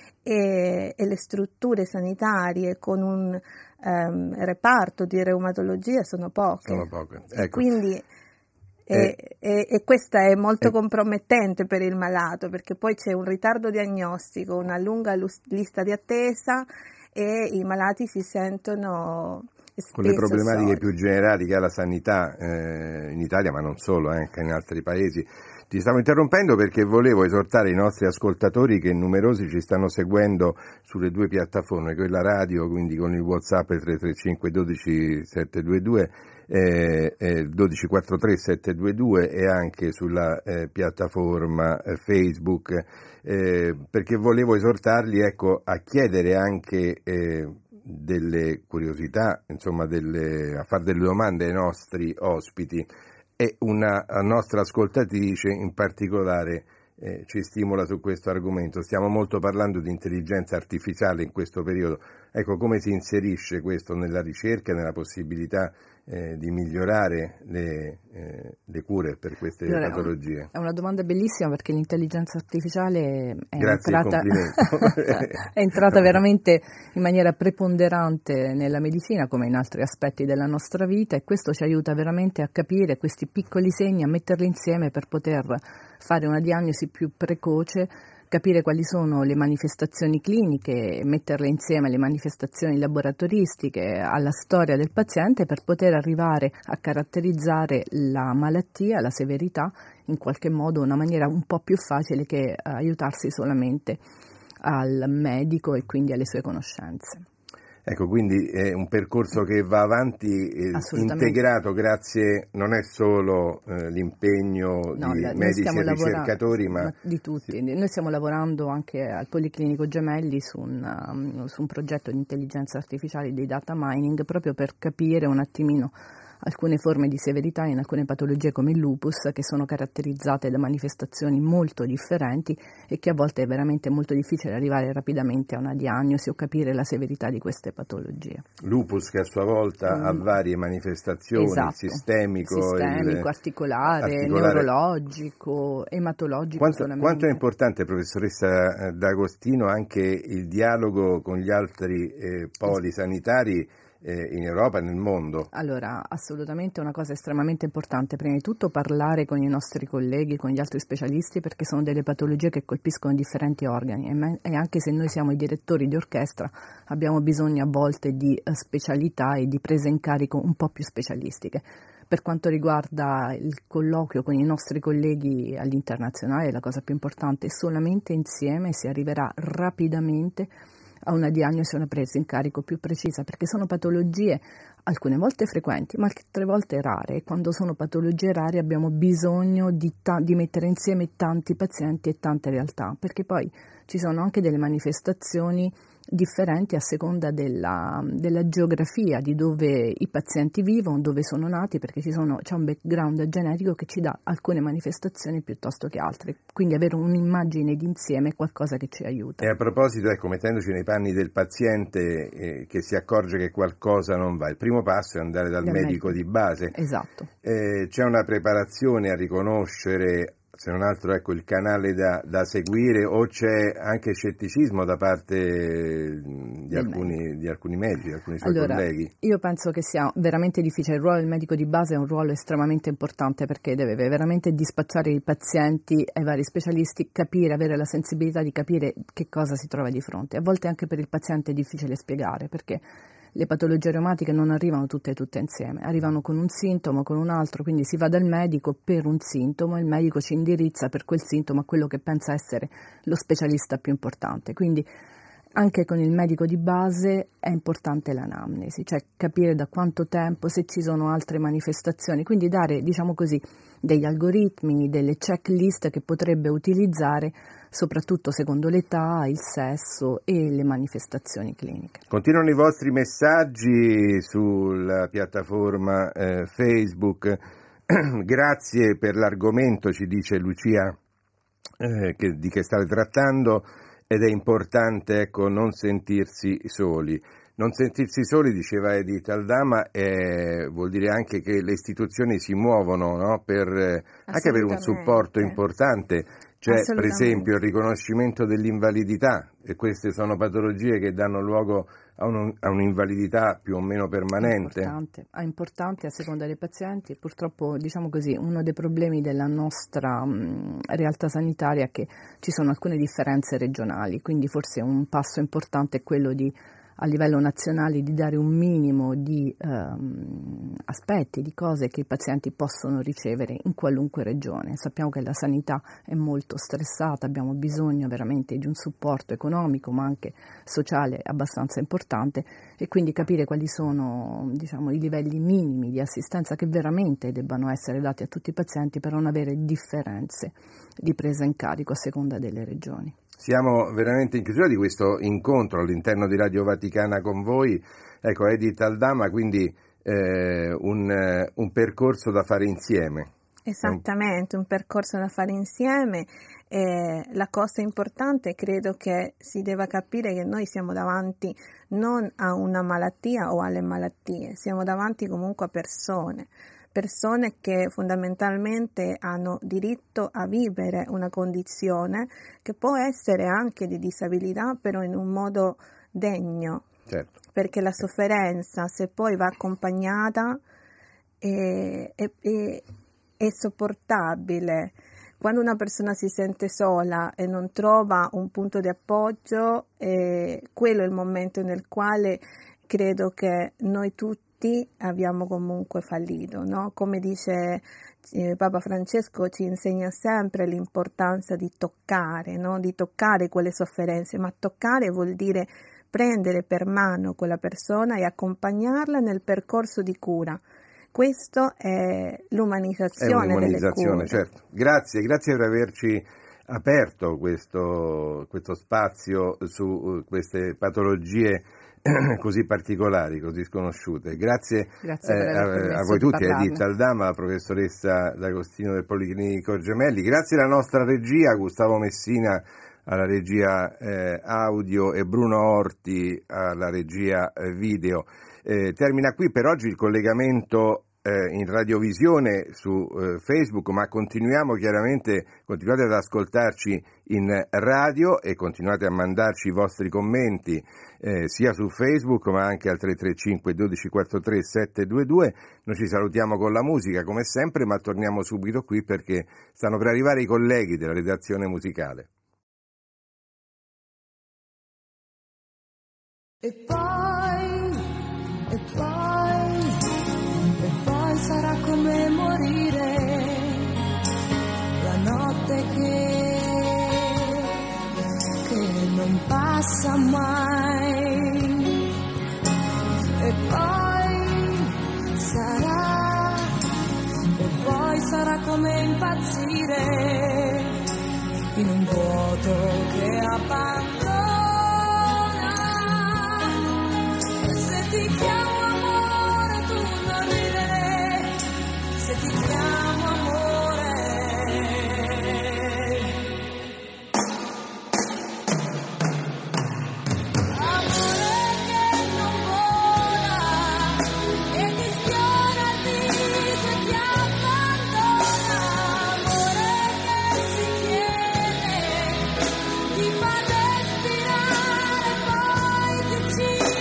e, e le strutture sanitarie con un um, reparto di reumatologia sono poche. Sono poche. Ecco. Quindi eh, e, e, e questa è molto eh, compromettente per il malato, perché poi c'è un ritardo diagnostico, una lunga lista di attesa e i malati si sentono con le problematiche soli. più generali che ha la sanità eh, in Italia, ma non solo, eh, anche in altri paesi. Ti stavo interrompendo perché volevo esortare i nostri ascoltatori, che numerosi ci stanno seguendo sulle due piattaforme, quella radio, quindi con il WhatsApp tre tre cinque uno due sette due due, eh, eh, uno due quattro tre sette due due e anche sulla eh, piattaforma eh, Facebook, eh, perché volevo esortarli, ecco, a chiedere anche eh, delle curiosità, insomma, delle, a fare delle domande ai nostri ospiti, e una nostra ascoltatrice in particolare eh, ci stimola su questo argomento. Stiamo molto parlando di intelligenza artificiale in questo periodo. Ecco, come si inserisce questo nella ricerca e nella possibilità eh, di migliorare le, eh, le cure per queste allora, patologie? È una domanda bellissima, perché l'intelligenza artificiale è Grazie, entrata, è è entrata veramente in maniera preponderante nella medicina come in altri aspetti della nostra vita, e questo ci aiuta veramente a capire questi piccoli segni, a metterli insieme per poter fare una diagnosi più precoce, capire quali sono le manifestazioni cliniche, metterle insieme alle manifestazioni laboratoristiche, alla storia del paziente, per poter arrivare a caratterizzare la malattia, la severità, in qualche modo una maniera un po' più facile che aiutarsi solamente al medico e quindi alle sue conoscenze. Ecco, quindi è un percorso che va avanti eh, integrato grazie, non è solo eh, l'impegno no, di la, medici e ricercatori, ma... ma di tutti. Sì. Noi stiamo lavorando anche al Policlinico Gemelli su un, um, su un progetto di intelligenza artificiale di data mining proprio per capire un attimino alcune forme di severità in alcune patologie come il lupus, che sono caratterizzate da manifestazioni molto differenti e che a volte è veramente molto difficile arrivare rapidamente a una diagnosi o capire la severità di queste patologie. Lupus che a sua volta mm. ha varie manifestazioni, esatto. sistemico, sistemico il... articolare, articolare, neurologico, ematologico. Quanto, quanto è importante, professoressa D'Agostino, anche il dialogo con gli altri eh, poli sanitari in Europa e nel mondo? Allora, assolutamente una cosa estremamente importante, prima di tutto parlare con i nostri colleghi, con gli altri specialisti, perché sono delle patologie che colpiscono differenti organi e, me- e anche se noi siamo i direttori di orchestra abbiamo bisogno a volte di uh, specialità e di prese in carico un po' più specialistiche. Per quanto riguarda il colloquio con i nostri colleghi all'internazionale, la cosa più importante è solamente insieme si arriverà rapidamente a una diagnosi e una presa in carico più precisa, perché sono patologie alcune volte frequenti, ma altre volte rare, e quando sono patologie rare abbiamo bisogno di, ta- di mettere insieme tanti pazienti e tante realtà, perché poi ci sono anche delle manifestazioni differenti a seconda della, della geografia, di dove i pazienti vivono, dove sono nati, perché ci sono, c'è un background genetico che ci dà alcune manifestazioni piuttosto che altre, quindi avere un'immagine d'insieme è qualcosa che ci aiuta. E a proposito, ecco, mettendoci nei panni del paziente eh, che si accorge che qualcosa non va, il primo passo è andare dal, dal medico, medico di base. Esatto. Eh, c'è una preparazione a riconoscere, se non altro, ecco, il canale da, da seguire, o c'è anche scetticismo da parte di alcuni, di alcuni medici, di alcuni suoi allora, colleghi? Io penso che sia veramente difficile. Il ruolo del medico di base è un ruolo estremamente importante, perché deve veramente dispacciare i pazienti ai vari specialisti, capire, avere la sensibilità di capire che cosa si trova di fronte. A volte anche per il paziente è difficile spiegare, perché le patologie reumatiche non arrivano tutte e tutte insieme, arrivano con un sintomo, con un altro, quindi si va dal medico per un sintomo e il medico ci indirizza per quel sintomo a quello che pensa essere lo specialista più importante. Quindi anche con il medico di base è importante l'anamnesi, cioè capire da quanto tempo, se ci sono altre manifestazioni, quindi dare, diciamo così, degli algoritmi, delle checklist che potrebbe utilizzare soprattutto secondo l'età, il sesso e le manifestazioni cliniche. Continuano i vostri messaggi sulla piattaforma eh, Facebook. Grazie per l'argomento, ci dice Lucia, eh, che, di che state trattando, ed è importante, ecco, non sentirsi soli. Non sentirsi soli, diceva Edith Aldama, eh, vuol dire anche che le istituzioni si muovono, no? per, eh, anche per un supporto importante. C'è per esempio il riconoscimento dell'invalidità, e queste sono patologie che danno luogo a, un, a un'invalidità più o meno permanente. Importante, è importante a seconda dei pazienti. Purtroppo, diciamo così, uno dei problemi della nostra mh, realtà sanitaria è che ci sono alcune differenze regionali, quindi forse un passo importante è quello di, a livello nazionale, di dare un minimo di ehm, aspetti, di cose che i pazienti possono ricevere in qualunque regione. Sappiamo che la sanità è molto stressata, abbiamo bisogno veramente di un supporto economico ma anche sociale abbastanza importante, e quindi capire quali sono, diciamo, i livelli minimi di assistenza che veramente debbano essere dati a tutti i pazienti per non avere differenze di presa in carico a seconda delle regioni. Siamo veramente in chiusura di questo incontro all'interno di Radio Vaticana con voi. Ecco, Edith Aldama, quindi eh, un, un percorso da fare insieme. Esattamente, un percorso da fare insieme. Eh, la cosa importante, credo che si deve capire che noi siamo davanti non a una malattia o alle malattie, siamo davanti comunque a persone. Persone che fondamentalmente hanno diritto a vivere una condizione che può essere anche di disabilità, però in un modo degno. Certo. Perché la sofferenza, se poi va accompagnata, è, è, è, è sopportabile. Quando una persona si sente sola e non trova un punto di appoggio, eh, quello è il momento nel quale credo che noi tutti tutti abbiamo comunque fallito, no? Come dice eh, Papa Francesco, ci insegna sempre l'importanza di toccare, no? Di toccare quelle sofferenze, ma toccare vuol dire prendere per mano quella persona e accompagnarla nel percorso di cura. Questo è l'umanizzazione, è un'umanizzazione, delle cure. certo. Grazie, grazie per averci aperto questo, questo spazio su queste patologie così particolari, così sconosciute. Grazie, Grazie eh, a, a voi tutti, a Edith Aldama, la professoressa D'Agostino del Policlinico Gemelli. Grazie alla nostra regia, Gustavo Messina alla regia eh, audio e Bruno Orti alla regia eh, video. Eh, termina qui per oggi il collegamento eh, in radiovisione su eh, Facebook, ma continuiamo chiaramente, continuate ad ascoltarci in radio e continuate a mandarci i vostri commenti eh, sia su Facebook ma anche al tre tre cinque uno due quattro tre sette due due. Noi ci salutiamo con la musica come sempre, ma torniamo subito qui perché stanno per arrivare i colleghi della redazione musicale. E poi, e poi, e poi sarà come morire la notte che, che non passa mai. E poi sarà, e poi sarà come impazzire in un vuoto che abbandona. Se ti chiamo amore tu non ridere, se ti chiamo amore. Amore che non vola e ti sfiora il viso e ti abbandona. Amore che si chiede, ti fa respirare, poi ti uccide.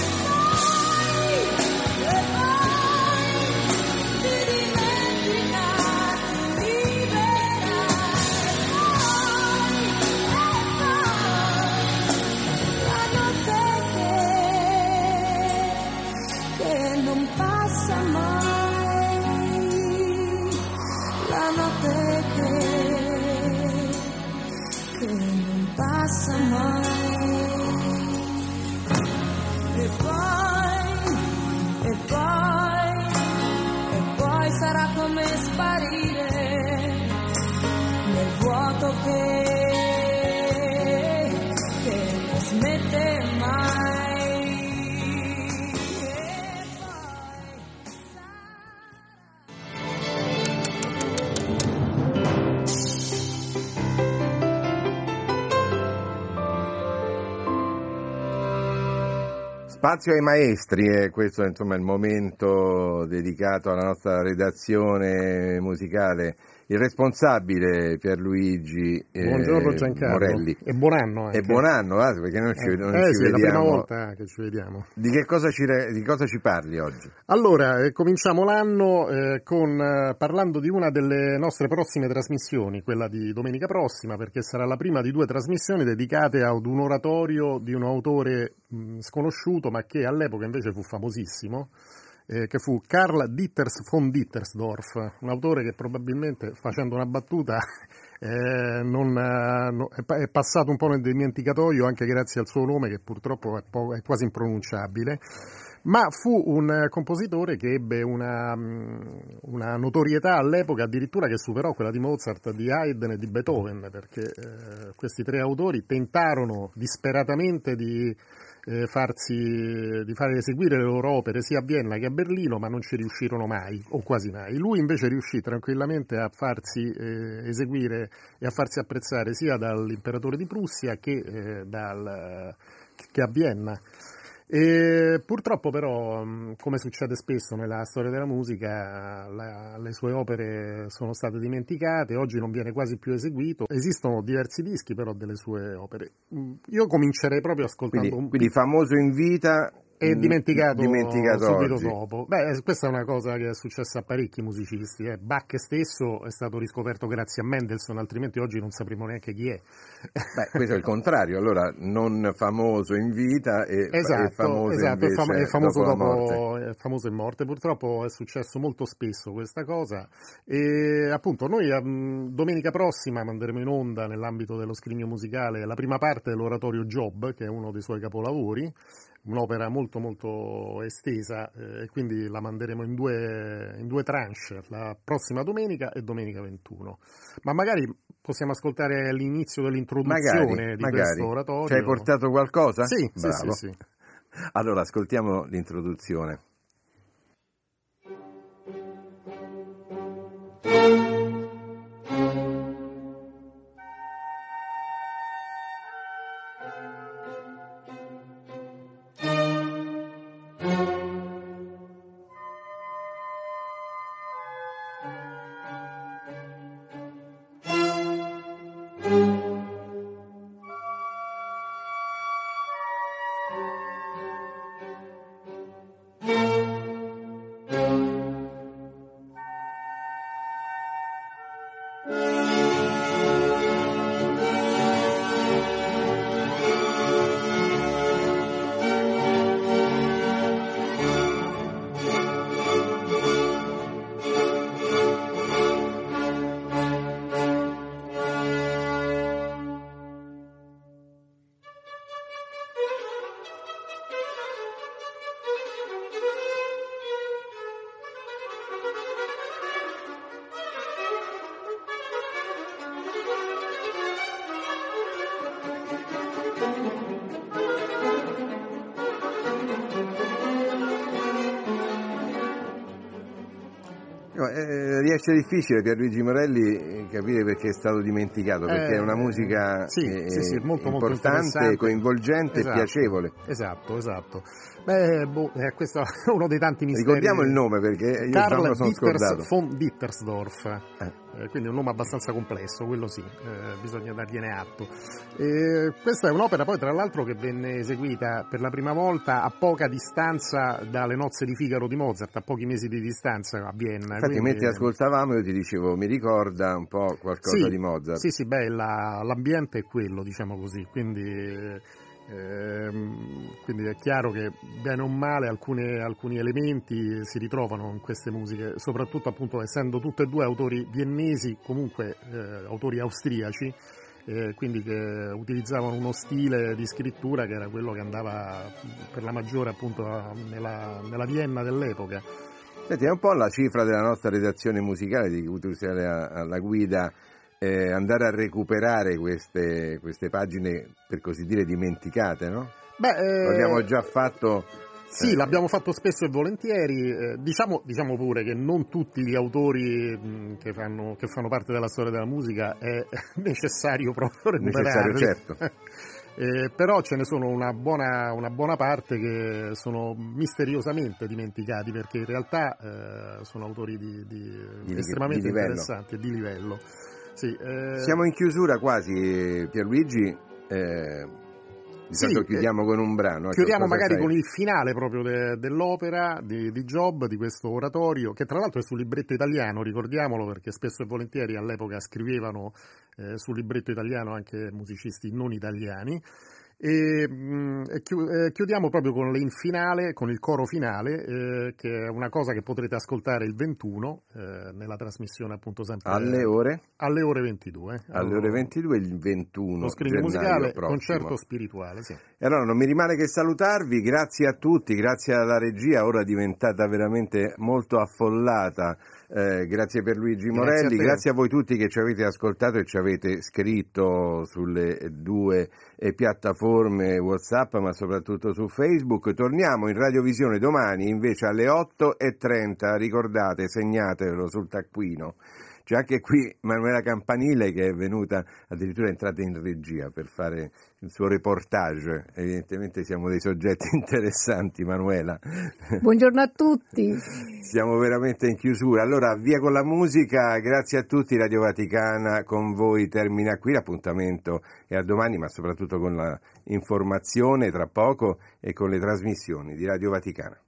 E poi, e poi, e poi sarà come sparire nel vuoto che, che non smette mai. E poi Spazio ai maestri, e questo è insomma il momento dedicato alla nostra redazione musicale. Il responsabile Pierluigi eh, Buongiorno Giancarlo. Morelli. E buon anno anche. E buon anno, eh, perché non ci, non eh, ci sì, vediamo. è la prima volta che ci vediamo. Di che cosa ci, di cosa ci parli oggi? Allora, eh, cominciamo l'anno eh, con, eh, parlando di una delle nostre prossime trasmissioni, quella di domenica prossima, perché sarà la prima di due trasmissioni dedicate ad un oratorio di un autore mh, sconosciuto, ma che all'epoca invece fu famosissimo, eh, che fu Karl Dieters von Dittersdorf, un autore che probabilmente, facendo una battuta, eh, non, eh, no, è passato un po' nel dimenticatoio anche grazie al suo nome, che purtroppo è, po- è quasi impronunciabile. Ma fu un compositore che ebbe una, una notorietà all'epoca addirittura che superò quella di Mozart, di Haydn e di Beethoven, perché eh, questi tre autori tentarono disperatamente di, eh, farsi, di fare eseguire le loro opere sia a Vienna che a Berlino, ma non ci riuscirono mai, o quasi mai. Lui invece riuscì tranquillamente a farsi eh, eseguire e a farsi apprezzare sia dall'imperatore di Prussia che, eh, dal, che a Vienna. E purtroppo però, come succede spesso nella storia della musica, la, le sue opere sono state dimenticate, oggi non viene quasi più eseguito. Esistono diversi dischi però delle sue opere. Io comincerei proprio ascoltando quindi, un quindi famoso in vita E dimenticato, dimenticato subito oggi. dopo. Beh, questa è una cosa che è successa a parecchi musicisti. Eh. Bach stesso è stato riscoperto grazie a Mendelssohn, altrimenti oggi non sapremo neanche chi è. Beh, questo è il contrario, allora non famoso in vita e, esatto, e famoso esatto, invece è famoso dopo, dopo, la morte. è famoso in morte. Purtroppo è successo molto spesso questa cosa e appunto noi um, domenica prossima manderemo in onda nell'ambito dello scrigno musicale la prima parte dell'oratorio Job, che è uno dei suoi capolavori, un'opera molto molto estesa e eh, quindi la manderemo in due, in due tranche, la prossima domenica e domenica ventuno. Ma magari possiamo ascoltare l'inizio dell'introduzione Magari, di magari. questo oratorio. Ci hai portato qualcosa? Sì, bravo. sì, sì, sì. Allora ascoltiamo l'introduzione. No, eh, riesce difficile per Luigi Morelli capire perché è stato dimenticato, perché eh, è una musica sì, eh, sì, sì, molto, importante, molto coinvolgente esatto, e piacevole. Esatto, esatto. Beh, boh, eh, questo è uno dei tanti misteri. Ricordiamo il nome perché io Karl me lo sono Ditters scordato. von Dittersdorf, eh. Eh, quindi è un nome abbastanza complesso, quello sì, eh, bisogna dargliene atto. E questa è un'opera poi tra l'altro che venne eseguita per la prima volta a poca distanza dalle nozze di Figaro di Mozart, a pochi mesi di distanza a Vienna. Infatti quindi... mentre ascoltavamo io ti dicevo mi ricorda un po' qualcosa sì, di Mozart. Sì, sì, beh, la, l'ambiente è quello, diciamo così, quindi... Ehm, quindi è chiaro che bene o male alcune, alcuni elementi si ritrovano in queste musiche, soprattutto appunto essendo tutte e due autori viennesi, comunque eh, autori austriaci, eh, quindi che utilizzavano uno stile di scrittura che era quello che andava per la maggiore appunto nella, nella Vienna dell'epoca. Senti, è un po' la cifra della nostra redazione musicale di cui tu sei alla guida. Eh, andare a recuperare queste, queste pagine per così dire dimenticate, no? Beh, eh... Lo abbiamo già fatto. Sì, eh. l'abbiamo fatto spesso e volentieri. Eh, diciamo, diciamo pure che non tutti gli autori mh, che, fanno, che fanno parte della storia della musica è necessario proprio recuperarli. Necessario, certo. Eh, però ce ne sono una buona, una buona parte che sono misteriosamente dimenticati perché in realtà eh, sono autori di, di, di, estremamente di interessanti e di livello. Sì, eh... Siamo in chiusura quasi, Pierluigi. Eh, di sì, solito chiudiamo eh, con un brano. Chiudiamo magari sai? con il finale proprio de, dell'opera di, di Job, di questo oratorio, che tra l'altro è sul libretto italiano, ricordiamolo, perché spesso e volentieri all'epoca scrivevano eh, sul libretto italiano anche musicisti non italiani. E, mh, e chiudiamo proprio con il finale, con il coro finale, eh, che è una cosa che potrete ascoltare il ventuno eh, nella trasmissione appunto sempre alle ore alle ore ventidue eh, alle allora, ore ventidue il ventuno lo scrigno musicale prossimo. Concerto spirituale, sì. E allora non mi rimane che salutarvi, grazie a tutti, grazie alla regia ora diventata veramente molto affollata. Eh, grazie per Luigi Morelli, grazie a, grazie a voi tutti che ci avete ascoltato e ci avete scritto sulle due eh, piattaforme WhatsApp, ma soprattutto su Facebook. Torniamo in radiovisione domani invece alle otto e trenta, ricordate, segnatevelo sul taccuino. C'è anche qui Manuela Campanile che è venuta, addirittura è entrata in regia per fare il suo reportage. Evidentemente siamo dei soggetti interessanti, Manuela. Buongiorno a tutti. Siamo veramente in chiusura. Allora, via con la musica. Grazie a tutti. Radio Vaticana con voi termina qui. L'appuntamento è a domani, ma soprattutto con la informazione tra poco e con le trasmissioni di Radio Vaticana.